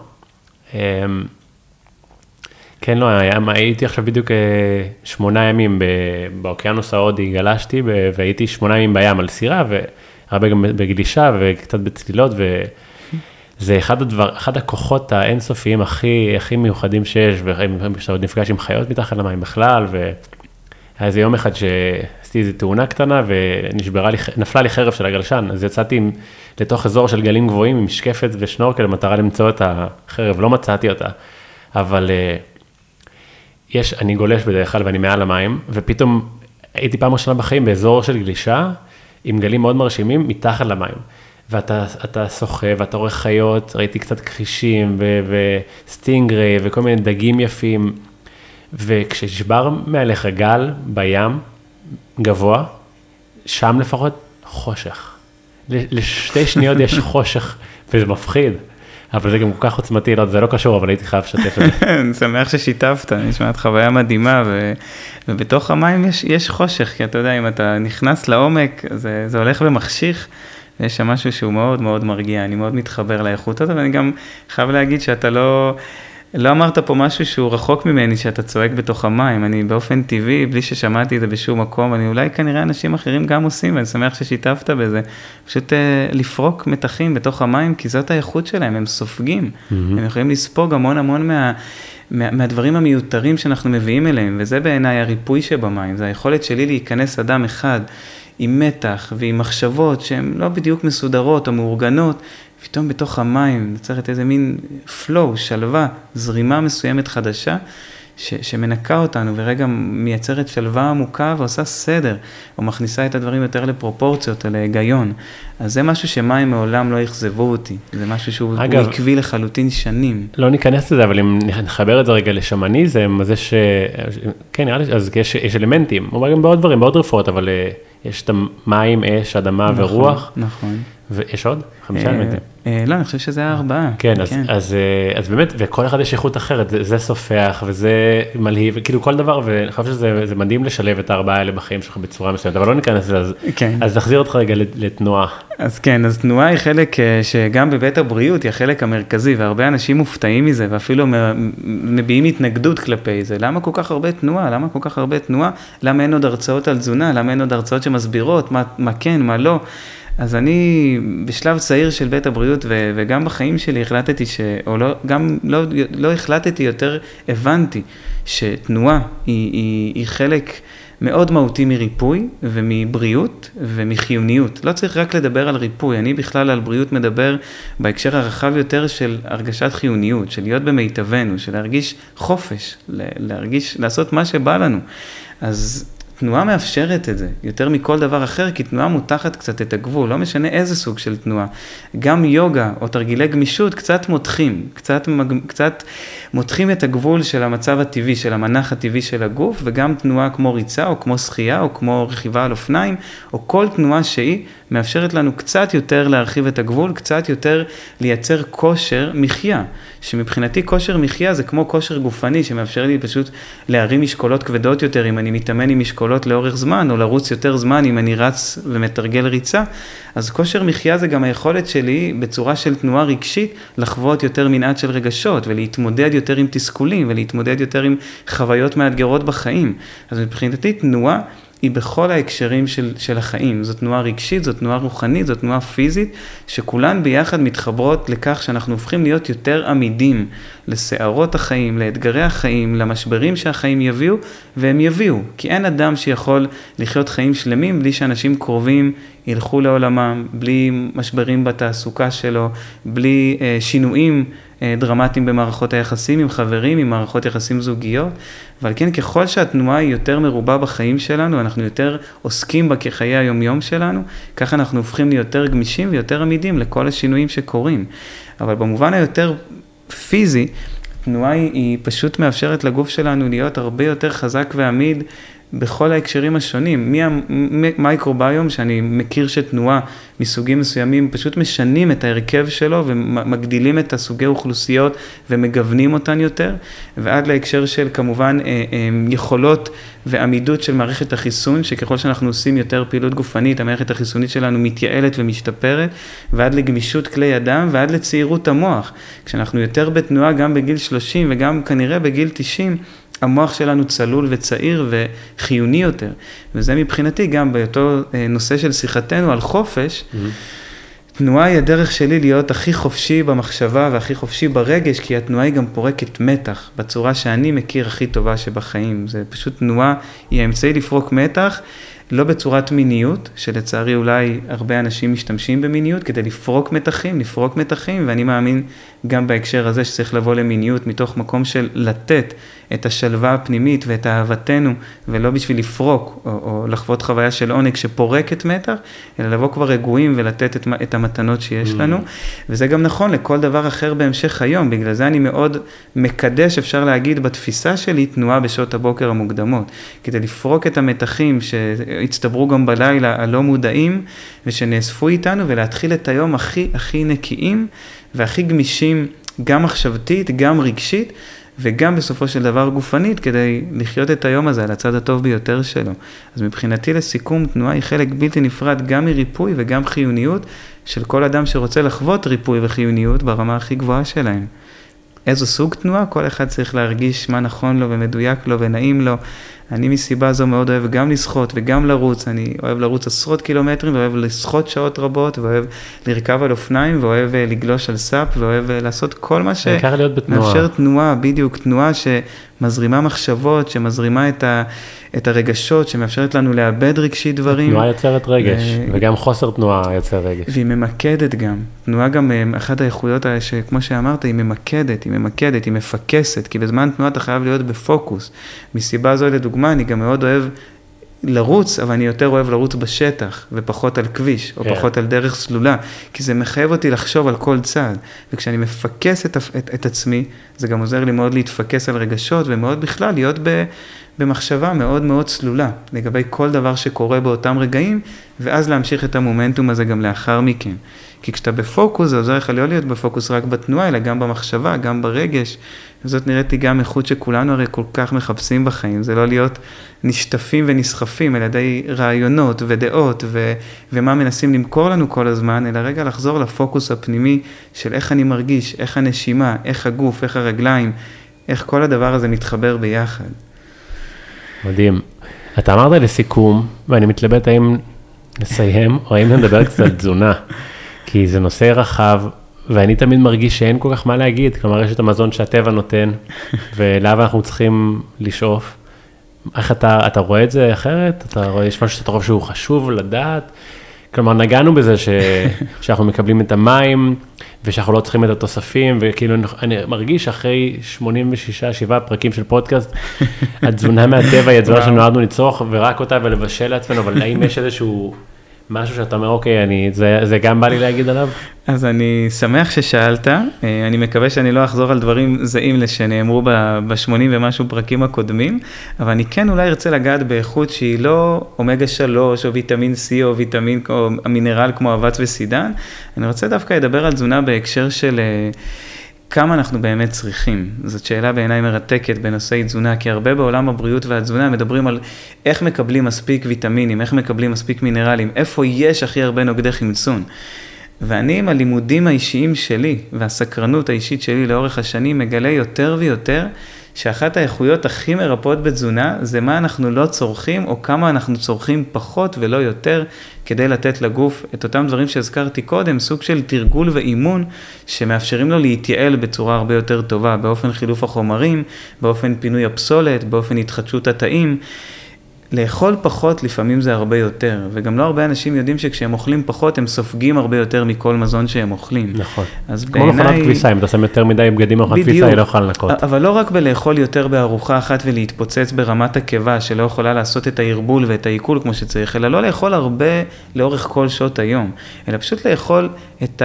כן, לא, הייתי עכשיו בדיוק 8 ימים באוקיינוס ההודי, גלשתי, והייתי 8 ימים בים על סירה, והרבה גם בגלישה וקצת בצלילות, וזה אחד הכוחות האינסופיים הכי מיוחדים שיש, ושאתה עוד נפגש עם חיות מתחת למים בכלל, והיה איזה יום אחד שעשיתי איזו תאונה קטנה, ונפלה לי חרב של הגלשן, אז יצאתי לתוך אזור של גלים גבוהים, עם שקפת ושנורקל, במטרה למצוא את החרב, לא מצאתי אותה, אבל אני גולש בדרך כלל, ואני מעל המים, ופתאום הייתי פעם ראשונה בחיים באזור של גלישה, עם גלים מאוד מרשימים, מתחת למים, ואתה שוחה, ואתה רואה חיות, ראיתי קצת כחישים, וסטינגרי, וכל מיני דגים יפים, וכששבר מעליך גל בים, גבוה, שם לפחות חושך. לשתי שניות יש חושך, וזה מפחיד, אבל זה גם כל כך עוצמתי, זה לא קשור, אבל הייתי חייב לשתף את זה. אני שמח ששיתפת, נשמעת חוויה מדהימה, ובתוך המים יש חושך, כי אתה יודע, אם אתה נכנס לעומק, זה הולך ומחשיך, ויש שם משהו שהוא מאוד מאוד מרגיע, אני מאוד מתחבר לאיכות הזאת, ואני גם חייב להגיד שאתה לא אמרת פה משהו שהוא רחוק ממני, שאתה צועק בתוך המים, אני באופן טבעי, בלי ששמעתי את זה בשום מקום, אני אולי כנראה אנשים אחרים גם עושים, ואני שמח ששיתפת בזה, פשוט לפרוק מתחים בתוך המים, כי זאת האיכות שלהם, הם סופגים, הם יכולים לספוג המון מהדברים המיותרים שאנחנו מביאים אליהם, וזה בעיניי הריפוי שבמים, זה היכולת שלי להיכנס אדם אחד עם מתח ועם מחשבות שהן לא בדיוק מסודרות או מאורגנות, פתאום בתוך המים נוצרת איזה מין flow, שלווה, זרימה מסוימת חדשה, שמנקה אותנו ורגע מייצרת שלווה עמוקה ועושה סדר, או מכניסה את הדברים יותר לפרופורציות, או להיגיון. אז זה משהו שמים מעולם לא יחזבו אותי, זה משהו שהוא עקבי לחלוטין שנים. לא ניכנס לזה, אבל אם נחבר את זה רגע לשמניזם, אז יש, כן, נראה לי, אז יש אלמנטים, אולי גם בעוד דברים, בעוד רפואות, אבל יש את המים, אש, אדמה ורוח. נכון. ויש עוד? 5 אלמנטים. לא, אני חושב שזה 4. כן, אז באמת, וכל אחד יש איכות אחרת, זה סופח, וזה מלהיב, כאילו כל דבר, ואני חושב שזה מדהים לשלב את 4 האלה בחיים שלך בצורה מסוימת, אבל לא ניכנס לזה, אז נחזיר אותך רגע לתנועה. אז כן, אז תנועה היא חלק שגם בבית הבריאות היא החלק המרכזי, והרבה אנשים מופתעים מזה, ואפילו מביעים התנגדות כלפי זה. למה כל כך הרבה תנועה? למה כל כך הרבה תנועה? למה אין עוד הרצאות על תזונה? למה אין עוד הרצאות שמסבירות מה כן, מה לא? אז אני בשלב צעיר של בית הבריאות וגם בחיים שלי החלטתי או לא החלטתי יותר, הבנתי שתנועה היא חלק מאוד מהותי מריפוי ומבריאות ומחיוניות. לא צריך רק לדבר על ריפוי, אני בכלל על בריאות מדבר בהקשר הרחב יותר של הרגשת חיוניות, של להיות במיטבנו, של להרגיש חופש, לעשות מה שבא לנו. אז תנועה מאפשרת את זה, יותר מכל דבר אחר, כי תנועה מותחת קצת את הגבול, לא משנה איזה סוג של תנועה. גם יוגה או תרגילי גמישות קצת מותחים את הגבול של המצב הטבעי, של המנח הטבעי של הגוף, וגם תנועה כמו ריצה או כמו שחייה או כמו רכיבה על אופניים, או כל תנועה שהיא מאפשרת לנו קצת יותר להרחיב את הגבול, קצת יותר לייצר כושר מחיה, שמבחינתי כושר מחיה זה כמו כושר גופני, שמאפשר לי פשוט להרים משקולות כבדות יותר, אם אני מתאמן עם משקולות לאורך זמן, או לרוץ יותר זמן אם אני רץ ומתרגל ריצה. אז כושר מחיה זה גם היכולת שלי בצורה של תנועה רגשית, לחוות יותר מנעד של רגשות, ולהתמודד יותר עם תסכולים, ולהתמודד יותר עם חוויות מאתגרות בחיים. אז מבחינתי תנועה היא בכל ההקשרים של החיים. זו תנועה רגשית, זו תנועה רוחנית, זו תנועה פיזית, שכולן ביחד מתחברות לכך שאנחנו הופכים להיות יותר עמידים לסערות החיים, לאתגרי החיים, למשברים שהחיים יביאו, והם יביאו. כי אין אדם שיכול לחיות חיים שלמים בלי שאנשים קרובים ילכו לעולמם, בלי משברים בתעסוקה שלו, בלי שינויים דרמטיים במערכות היחסים עם חברים, עם מערכות יחסים זוגיות, אבל כן, ככל שהתנועה היא יותר מרובה בחיים שלנו, אנחנו יותר עוסקים בה כחיי היומיום שלנו, ככה אנחנו הופכים להיות יותר גמישים ויותר עמידים לכל השינויים שקורים. אבל במובן היותר פיזי, תנועה היא פשוט מאפשרת לגוף שלנו להיות הרבה יותר חזק ועמיד, בכל ההקשרים השונים, מהמייקרוביום שאני מכיר שתנועה מסוגים מסוימים פשוט משנים את ההרכב שלו ומגדילים את הסוגי אוכלוסיות ומגוונים אותן יותר, ועד להקשר של כמובן יכולות ועמידות של מערכת החיסון, שככל שאנחנו עושים יותר פעילות גופנית, המערכת החיסונית שלנו מתייעלת ומשתפרת, ועד לגמישות כלי הדם ועד לצעירות המוח. כשאנחנו יותר בתנועה גם בגיל 30 וגם כנראה בגיל 90, המוח שלנו צלול וצעיר וחיוני יותר, וזה מבחינתי גם באותו נושא של שיחתנו על חופש, תנועה היא הדרך שלי להיות הכי חופשי במחשבה והכי חופשי ברגש, כי התנועה היא גם פורקת מתח, בצורה שאני מכיר הכי טובה שבחיים. זה פשוט תנועה, היא האמצעי לפרוק מתח, לא בצורת מיניות, שלצערי אולי הרבה אנשים משתמשים במיניות, כדי לפרוק מתחים, ואני מאמין גם בהקשר הזה שצריך לבוא למיניות, מתוך מקום של לתת את השלווה הפנימית ואת אהבתנו, ולא בשביל לפרוק, או לחוות חוויה של עונג שפורקת מתח, אלא לבוא כבר רגועים ולתת את המתנות שיש לנו, וזה גם נכון לכל דבר אחר בהמשך היום, בגלל זה אני מאוד מקדש, אפשר להגיד בתפיסה שלי, תנועה בשעות הבוקר המוקדמות, כדי לפרוק את המתחים שהצטברו גם בלילה הלא מודעים, ושנאספו איתנו, ולהתחיל את היום הכי נקיים, והכי גמישים, גם מחשבתית, גם רגשית, וגם בסופו של דבר גופנית, כדי לחיות את היום הזה על הצד הטוב ביותר שלו. אז מבחינתי לסיכום, תנועה היא חלק בלתי נפרד גם מריפוי וגם חיוניות, של כל אדם שרוצה לחוות ריפוי וחיוניות ברמה הכי גבוהה שלהם. איזו סוג תנועה? כל אחד צריך להרגיש מה נכון לו ומדויק לו ונעים לו, אני מסיבה זו מאוד אוהב גם לשחות וגם לרוץ, אני אוהב לרוץ עשרות קילומטרים, ואוהב לשחות שעות רבות, ואוהב לרכב על אופניים, ואוהב לגלוש על סאפ, ואוהב לעשות כל מה שמאפשר תנועה, בדיוק תנועה שמזרימה מחשבות, שמזרימה את הרגשות, שמאפשרת לנו לאבד רגשי דברים. תנועה יוצרת רגש, וגם חוסר תנועה יוצר רגש. והיא ממקדת גם. תנועה גם, אחת האיכויות שכמו שאמרת, היא ממקדת, היא מפקסת, כי בזמן תנועה אתה חייב להיות בפוקוס. מסיבה זו לדוגמה, אני גם מאוד אוהב לרוץ, אבל אני יותר אוהב לרוץ בשטח, ופחות על כביש, או פחות על דרך סלולה, כי זה מחייב אותי לחשוב על כל צעד. וכשאני מפקס את עצמי, זה גם עוזר לי מאוד להתפקס על רגשות, ומאוד בכלל להיות במחשבה מאוד מאוד סלולה, לגבי כל דבר שקורה באותם רגעים, ואז להמשיך את המומנטום הזה גם לאחר מכן. כי כשאתה בפוקוס, זה עוזר לך לא להיות בפוקוס רק בתנועה, אלא גם במחשבה, גם ברגש. וזאת נראית לי גם איכות שכולנו הרי כל כך מחפשים בחיים. זה לא להיות נשטפים ונסחפים על ידי רעיונות ודעות ומה מנסים למכור לנו כל הזמן, אלא רגע לחזור לפוקוס הפנימי של איך אני מרגיש, איך הנשימה, איך הגוף, איך הרגליים, איך כל הדבר הזה מתחבר ביחד. מדהים. אתה אמרת לסיכום, ואני מתלבט האם נסיים, או האם נדבר קצת על תזונה. כי זה נושא רחב, ואני תמיד מרגיש שאין כל כך מה להגיד, כלומר יש את המזון שהטבע נותן, ולאו אנחנו צריכים לשאוף. איך אתה רואה את זה אחרת? יש משהו שאתה רואה שהוא חשוב לדעת? כלומר נגענו בזה שאנחנו מקבלים את המים, ושאנחנו לא צריכים את התוספים, וכאילו אני מרגיש אחרי 86-7 פרקים של פודקאסט, התזונה מהטבע היא התזונה שנועדנו לצרוך, ורק אותה ולבשל לעצמנו, אבל האם יש איזשהו משהו שאתה אומר, אוקיי, זה גם בא לי להגיד עליו? אז אני שמח ששאלת, אני מקווה שאני לא אחזור על דברים זהים שנאמרו ב-80 ומשהו פרקים הקודמים, אבל אני כן אולי ארצה לגעת באיכות שהיא לא אומגה 3 או ויטמין C או ויטמין או מינרל כמו אבץ וסידן, אני רוצה דווקא לדבר על תזונה בהקשר של כמה אנחנו באמת צריכים. זאת שאלה בעיניי מרתקת בנושאי תזונה, כי הרבה בעולם הבריאות והתזונה מדברים על איך מקבלים מספיק ויטמינים, איך מקבלים מספיק מינרלים, איפה יש הכי הרבה נוגדי חמצון. ואני עם הלימודים האישיים שלי והסקרנות האישית שלי לאורך השנים מגלה יותר ויותר שאחת האיכויות הכי מרפאות בתזונה זה מה אנחנו לא צורכים או כמה אנחנו צורכים פחות ולא יותר כדי לתת לגוף את אותם דברים שהזכרתי קודם, סוג של תרגול ואימון שמאפשרים לו להתייעל בצורה הרבה יותר טובה, באופן חילוף החומרים, באופן פינוי הפסולת, באופן התחדשות התאים. לאכול פחות לפעמים זה הרבה יותר, וגם לא הרבה אנשים יודעים שכשהם אוכלים פחות, הם סופגים הרבה יותר מכל מזון שהם אוכלים. נכון. כמו מכונת כביסה, אם אתה שם יותר מדי בגדים מכונת כביסה, היא לא יכולה לנקות. אבל לא רק בלאכול יותר בארוחה אחת ולהתפוצץ ברמת הקיבה, שלא יכולה לעשות את הערבול ואת העיכול כמו שצריך, אלא לא לאכול הרבה לאורך כל שעות היום, אלא פשוט לאכול את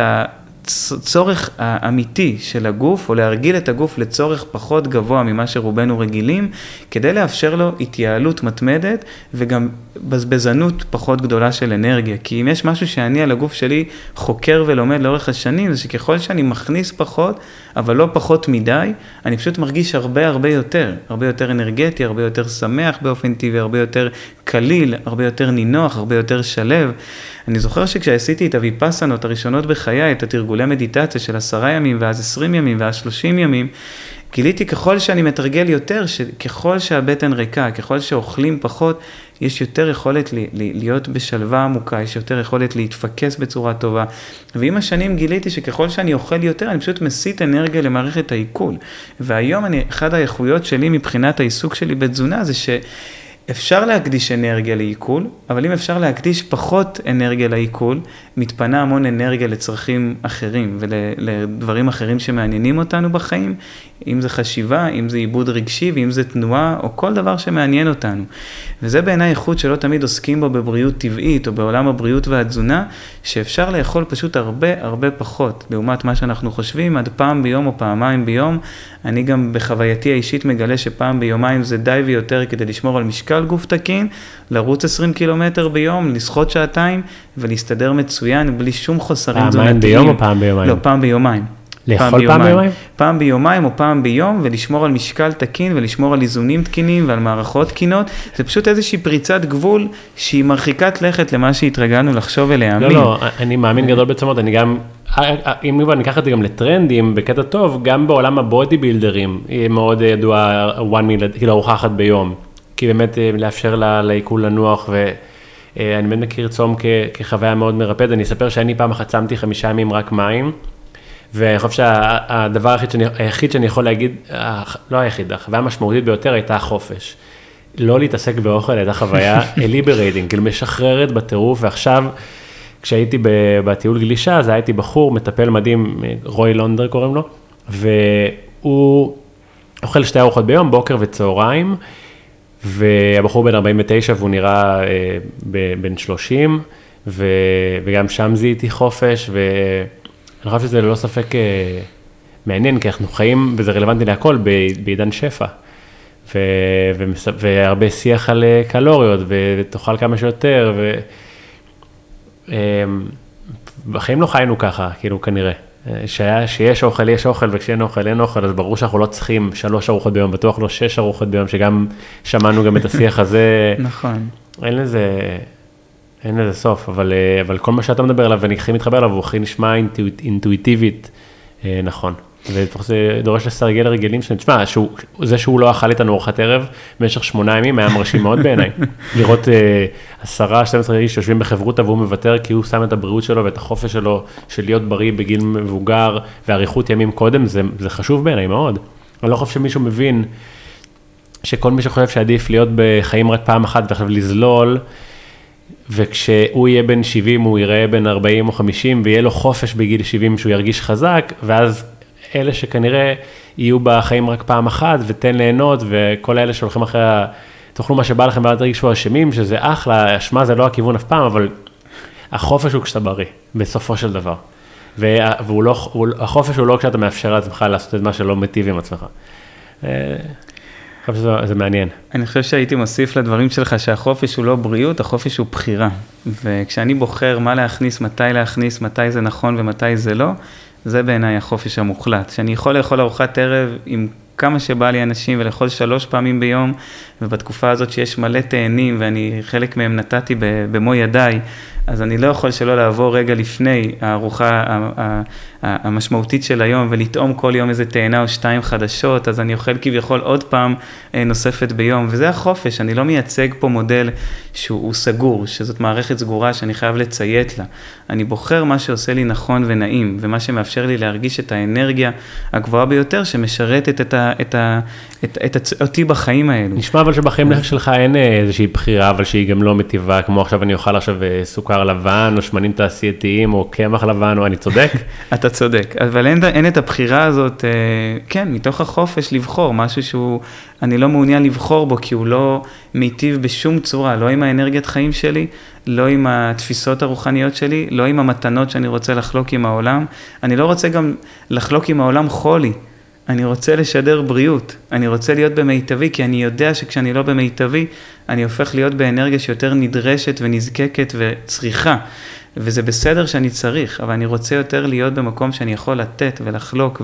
הצורך האמיתי של הגוף, או להרגיל את הגוף לצורך פחות גבוה ממה שרובנו רגילים, כדי לאפשר לו התייעלות מתמדת, וגם בזבזנות פחות גדולה של אנרגיה. כי אם יש משהו שאני על הגוף שלי חוקר ולומד לאורך השנים, זה שככל שאני מכניס פחות, אבל לא פחות מדי, אני פשוט מרגיש הרבה יותר אנרגטי, הרבה יותר שמח באופן טבעי, הרבה יותר קליל, הרבה יותר נינוח, הרבה יותר שלב. אני זוכר שכשעשיתי את הוויפאסנות הראשונות בחיי, את התרגולי מדיטציה של 10 ימים, ואז 20 ימים, ואז 30 ימים, גיליתי ככל שאני מתרגל יותר, שככל שהבטן ריקה, ככל שאוכלים פחות, יש יותר יכולת להיות בשלווה עמוקה, יש יותר יכולת להתפקס בצורה טובה. ועם השנים גיליתי שככל שאני אוכל יותר, אני פשוט מסית אנרגיה למערכת העיכול. והיום אחד האיכויות שלי מבחינת העיסוק שלי בתזונה, זה אפשר להקדיש אנרגיה לעיכול, אבל אם אפשר להקדיש פחות אנרגיה לעיכול, מתפנה המון אנרגיה לצרכים אחרים ולדברים אחרים שמעניינים אותנו בחיים, אם זה חשיבה, אם זה עיבוד רגשי, ואם זה תנועה, או כל דבר שמעניין אותנו. וזה בעיניי איכות שלא תמיד עוסקים בו בבריאות טבעית, או בעולם הבריאות והתזונה, שאפשר לאכול פשוט הרבה פחות, לעומת מה שאנחנו חושבים, עד פעם ביום או פעמיים ביום. אני גם בחווייתי האישית מגלה שפעם ביומיים זה די ויותר כדי לשמור על משקל גוף תקין, לרוץ 20 קילומטר ביום, לשחות שעתיים, ולהסתדר מצוין, בלי שום חוסרים תזונתיים. פעמיים ביום או פעם ביומיים? לא, פעם ביומיים. לאכול פעם ביומיים? פעם ביומיים או פעם ביום, ולשמור על משקל תקין, ולשמור על איזונים תקינים, ועל מערכות תקינות. זה פשוט איזושהי פריצת גבול, שהיא מרחיקת לכת למה שהתרגלנו לחשוב ולהאמין. לא, אני מאמין גדול בעצמות, אני גם, אם אני אקח את זה גם לטרנדים, בקטע טוב, גם בעולם הבודי בילדרים, היא מאוד ידועה, כאילו ארוחה אחת ביום. כי באמת לאפשר לעיכול לנוח, ואני באמת מכיר צום כחוויה מאוד מרפד. אני אספר שאני פעם אחת צמתי 5 ימים רק מים, ואני חושב שהדבר היחיד שאני יכול להגיד, לא היחיד, החוויה המשמעותית ביותר הייתה החופש. לא להתעסק באוכל, הייתה חוויה liberating, כאילו משחררת בטירוף, ועכשיו, כשהייתי בטיול גלישה, אז הייתי בחור, מטפל מדהים, רוי לונדר קוראים לו, והוא אוכל 2 ארוחות ביום, בוקר וצהריים, והבחור בן 49, והוא נראה בן 30, וגם שם זיהיתי חופש, ואני חושב שזה ללא ספק מעניין, כי אנחנו חיים, וזה רלוונטי להכל, בעידן שפע. והרבה שיח על קלוריות, ותאכל כמה שיותר, בחיים לא חיינו ככה, כאילו כנראה, שיש אוכל, יש אוכל, וכשאין אוכל, אין אוכל, אז ברור שאנחנו לא צריכים 3 ארוחות ביום, בטוח לא 6 ארוחות ביום, שגם שמענו גם את השיח הזה. נכון. אין לזה סוף, אבל כל מה שאתה מדבר עליו, ואני הכי מתחבר עליו, הוא הכי נשמע אינטואיטיבית, נכון. וזה דורש לסרגל הרגלים שלנו. תשמע, זה שהוא לא אכל איתנו ארוחת ערב במשך 8 ימים, היה מרשים מאוד בעיניי. לראות 10-12 איש שיושבים בחברותה, והוא מוותר, כי הוא שם את הבריאות שלו ואת החופש שלו, של להיות בריא בגיל מבוגר, ואריכות ימים קודם, זה חשוב בעיניי מאוד. אני לא חושב שמישהו מבין, שכל מי שחושב שעדיף להיות בחיים רק פעם אחת, ועכשיו לזלול, וכשהוא יהיה בן 70, הוא יראה בן 40 או 50, ויהיה לו חופש בגיל 70, שהוא ירגיש חזק, ואז אלה שכנראה יהיו בחיים רק פעם אחת, ותן ליהנות, וכל אלה שהולכים אחרי, תאכלו מה שבא לכם, ואל תרגישו אשמים, שזה אחלה, אשמה זה לא הכיוון אף פעם, אבל החופש הוא כשאתה בריא, בסופו של דבר. והחופש הוא לא כשאתה מאפשר לעצמך לעשות את מה שלא מטיב עם עצמך. אני חושב שזה מעניין. אני חושב שהייתי מוסיף לדברים שלך שהחופש הוא לא בריאות, החופש הוא בחירה. וכשאני בוחר מה להכניס, מתי זה נכון ומתי זה לא, זה בעיניי החופש המוחלט. שאני יכול לאכול ארוחת ערב עם כמה שבא לי אנשים ולאכול 3 פעמים ביום, ובתקופה הזאת שיש מלא תאנים ואני חלק מהם נתתי במו ידיי, אז אני לא יכול שלא לעבור רגע לפני הארוחה המשמעותית של היום, ולטעום כל יום איזה תאנה או 2 חדשות, אז אני אוכל כביכול עוד פעם נוספת ביום, וזה החופש. אני לא מייצג פה מודל שהוא סגור, שזאת מערכת סגורה שאני חייב לציית לה. אני בוחר מה שעושה לי נכון ונעים, ומה שמאפשר לי להרגיש את האנרגיה הגבוהה ביותר, שמשרתת אותי בחיים האלו. נשמע אבל שבחיים שלך אין איזושהי בחירה, אבל שהיא גם לא מטיבה, כמו עכשיו אני אוכל עכשיו סוכר לבן, או שמנים תעשייתיים, או קמח לבן, או אני צודק? אתה צודק, אבל אין את הבחירה הזאת, כן, מתוך החופש לבחור, משהו שהוא, אני לא מעוניין לבחור בו, כי הוא לא מיטיב בשום צורה, לא עם האנרגיית חיים שלי, לא עם התפיסות הרוחניות שלי, לא עם המתנות שאני רוצה לחלוק עם העולם, אני לא רוצה גם לחלוק עם העולם חולי, אני רוצה לשדר בריאות, אני רוצה להיות במיטבי, כי אני יודע שכשאני לא במיטבי, אני הופך להיות באנרגיה שיותר נדרשת ונזקקת וצריכה, וזה בסדר שאני צריך, אבל אני רוצה יותר להיות במקום שאני יכול לתת ולחלוק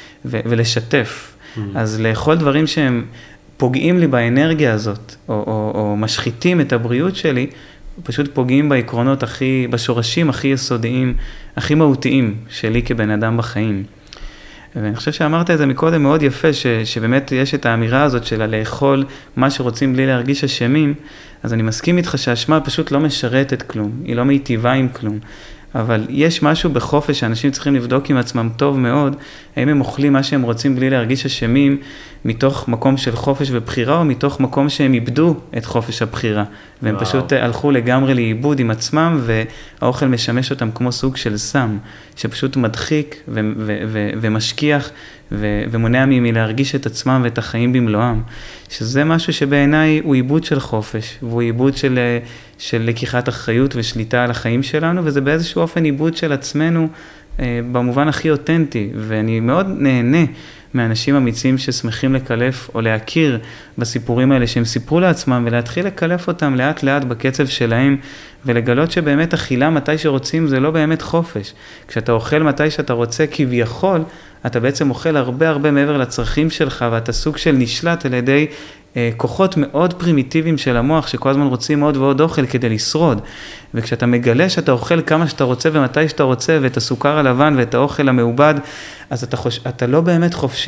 ולשתף. אז לאכול דברים שהם פוגעים לי באנרגיה הזאת, או משחיתים את הבריאות שלי, פשוט פוגעים בעקרונות בשורשים הכי יסודיים, הכי מהותיים שלי כבן אדם בחיים. ואני חושב שאמרת את זה מקודם מאוד יפה, שבאמת יש את האמירה הזאת של לאכול מה שרוצים בלי להרגיש אשמים, אז אני מסכים איתך שהאשמה פשוט לא משרתת כלום, היא לא מיטיבה עם כלום. אבל יש משהו בחופש שאנשים צריכים לבדוק עם עצמם טוב מאוד, האם הם אוכלים מה שהם רוצים בלי להרגיש אשמים, מתוך מקום של חופש ובחירה, או מתוך מקום שהם איבדו את חופש הבחירה, והם פשוט הלכו לגמרי לאיבוד עם עצמם, והאוכל משמש אותם כמו סוג של סם, שפשוט מדחיק ומשכיח, ומונע מלהרגיש את עצמם ואת החיים במלואם, שזה משהו שבעיניי הוא איבוד של חופש, והוא איבוד של לקיחת אחריות ושליטה על החיים שלנו, וזה באיזשהו אופן איבוד של עצמנו, במובן הכי אותנטי, ואני מאוד נהנה מאנשים אמיצים ששמחים לקלף או להכיר בסיפורים האלה שהם סיפרו לעצמם, ולהתחיל לקלף אותם לאט לאט בקצב שלהם, ולגלות שבאמת אכילה מתי שרוצים זה לא באמת חופש. כשאתה אוכל מתי שאתה רוצה כביכול, אתה בעצם אוכל הרבה מעבר לצרכים שלך, ואתה סוג של נשלט על ידי כוחות מאוד פרימיטיביים של המוח, שכל הזמן רוצים עוד ועוד אוכל כדי לשרוד. וכשאתה מגלה שאתה אוכל כמה שאתה רוצה ומתי שאתה רוצה, ואת הסוכר הלבן ואת האוכל המעובד, אז אתה לא באמת חופשי.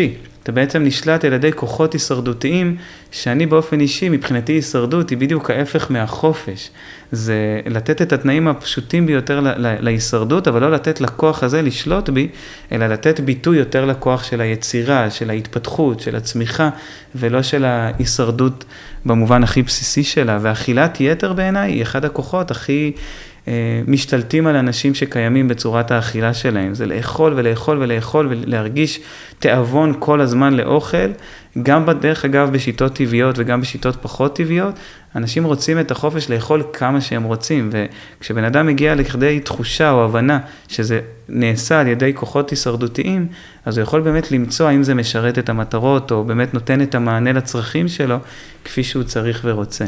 אתה בעצם נשלט על ידי כוחות הישרדותיים, שאני באופן אישי, מבחינתי הישרדות, היא בדיוק ההפך מהחופש. זה לתת את התנאים הפשוטים ביותר להישרדות, אבל לא לתת לכוח הזה לשלוט בי, אלא לתת ביטוי יותר לכוח של היצירה, של ההתפתחות, של הצמיחה, ולא של ההישרדות במובן הכי בסיסי שלה. ואכילת יתר בעיניי היא אחד הכוחות הכי משתלטים על אנשים שקיימים בצורת האכילה שלהם. זה לאכול ולאכול ולאכול ולהרגיש תאבון כל הזמן לאוכל, גם בדרך אגב בשיטות טבעיות וגם בשיטות פחות טבעיות. אנשים רוצים את החופש לאכול כמה שהם רוצים, וכשבן אדם מגיע לכדי תחושה או הבנה שזה נעשה על ידי כוחות הישרדותיים, אז הוא יכול באמת למצוא האם זה משרת את המטרות או באמת נותן את המענה לצרכים שלו כפי שהוא צריך ורוצה.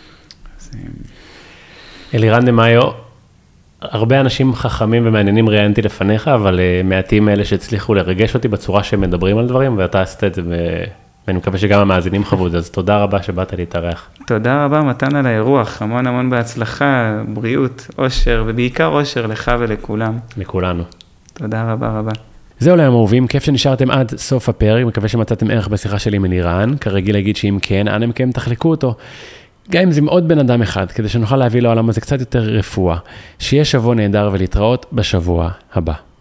אלירן דמאיו, הרבה אנשים חכמים ומעניינים ראיינתי לפניך, אבל מעטים אלה שהצליחו לרגש אותי בצורה שהם מדברים על דברים, ואתה עשית את זה, ואני מקווה שגם המאזינים חוו את זה, אז תודה רבה שבאת להתארח. תודה רבה מתן על האירוח, המון המון בהצלחה, בריאות, אושר, ובעיקר אושר לך ולכולם. לכולנו. תודה רבה רבה. זהו להם אהובים, כיף שנשארתם עד סוף הפרק, מקווה שמצאתם ערך בשיחה שלי עם אלירן, כרגיל להגיד שאם כן, אנא מכם תחלקו אותו. גם אם זה מאוד בן אדם אחד, כדי שנוכל להביא לעולם הזה קצת יותר רפואה. שיהיה שבוע נהדר ולהתראות בשבוע הבא.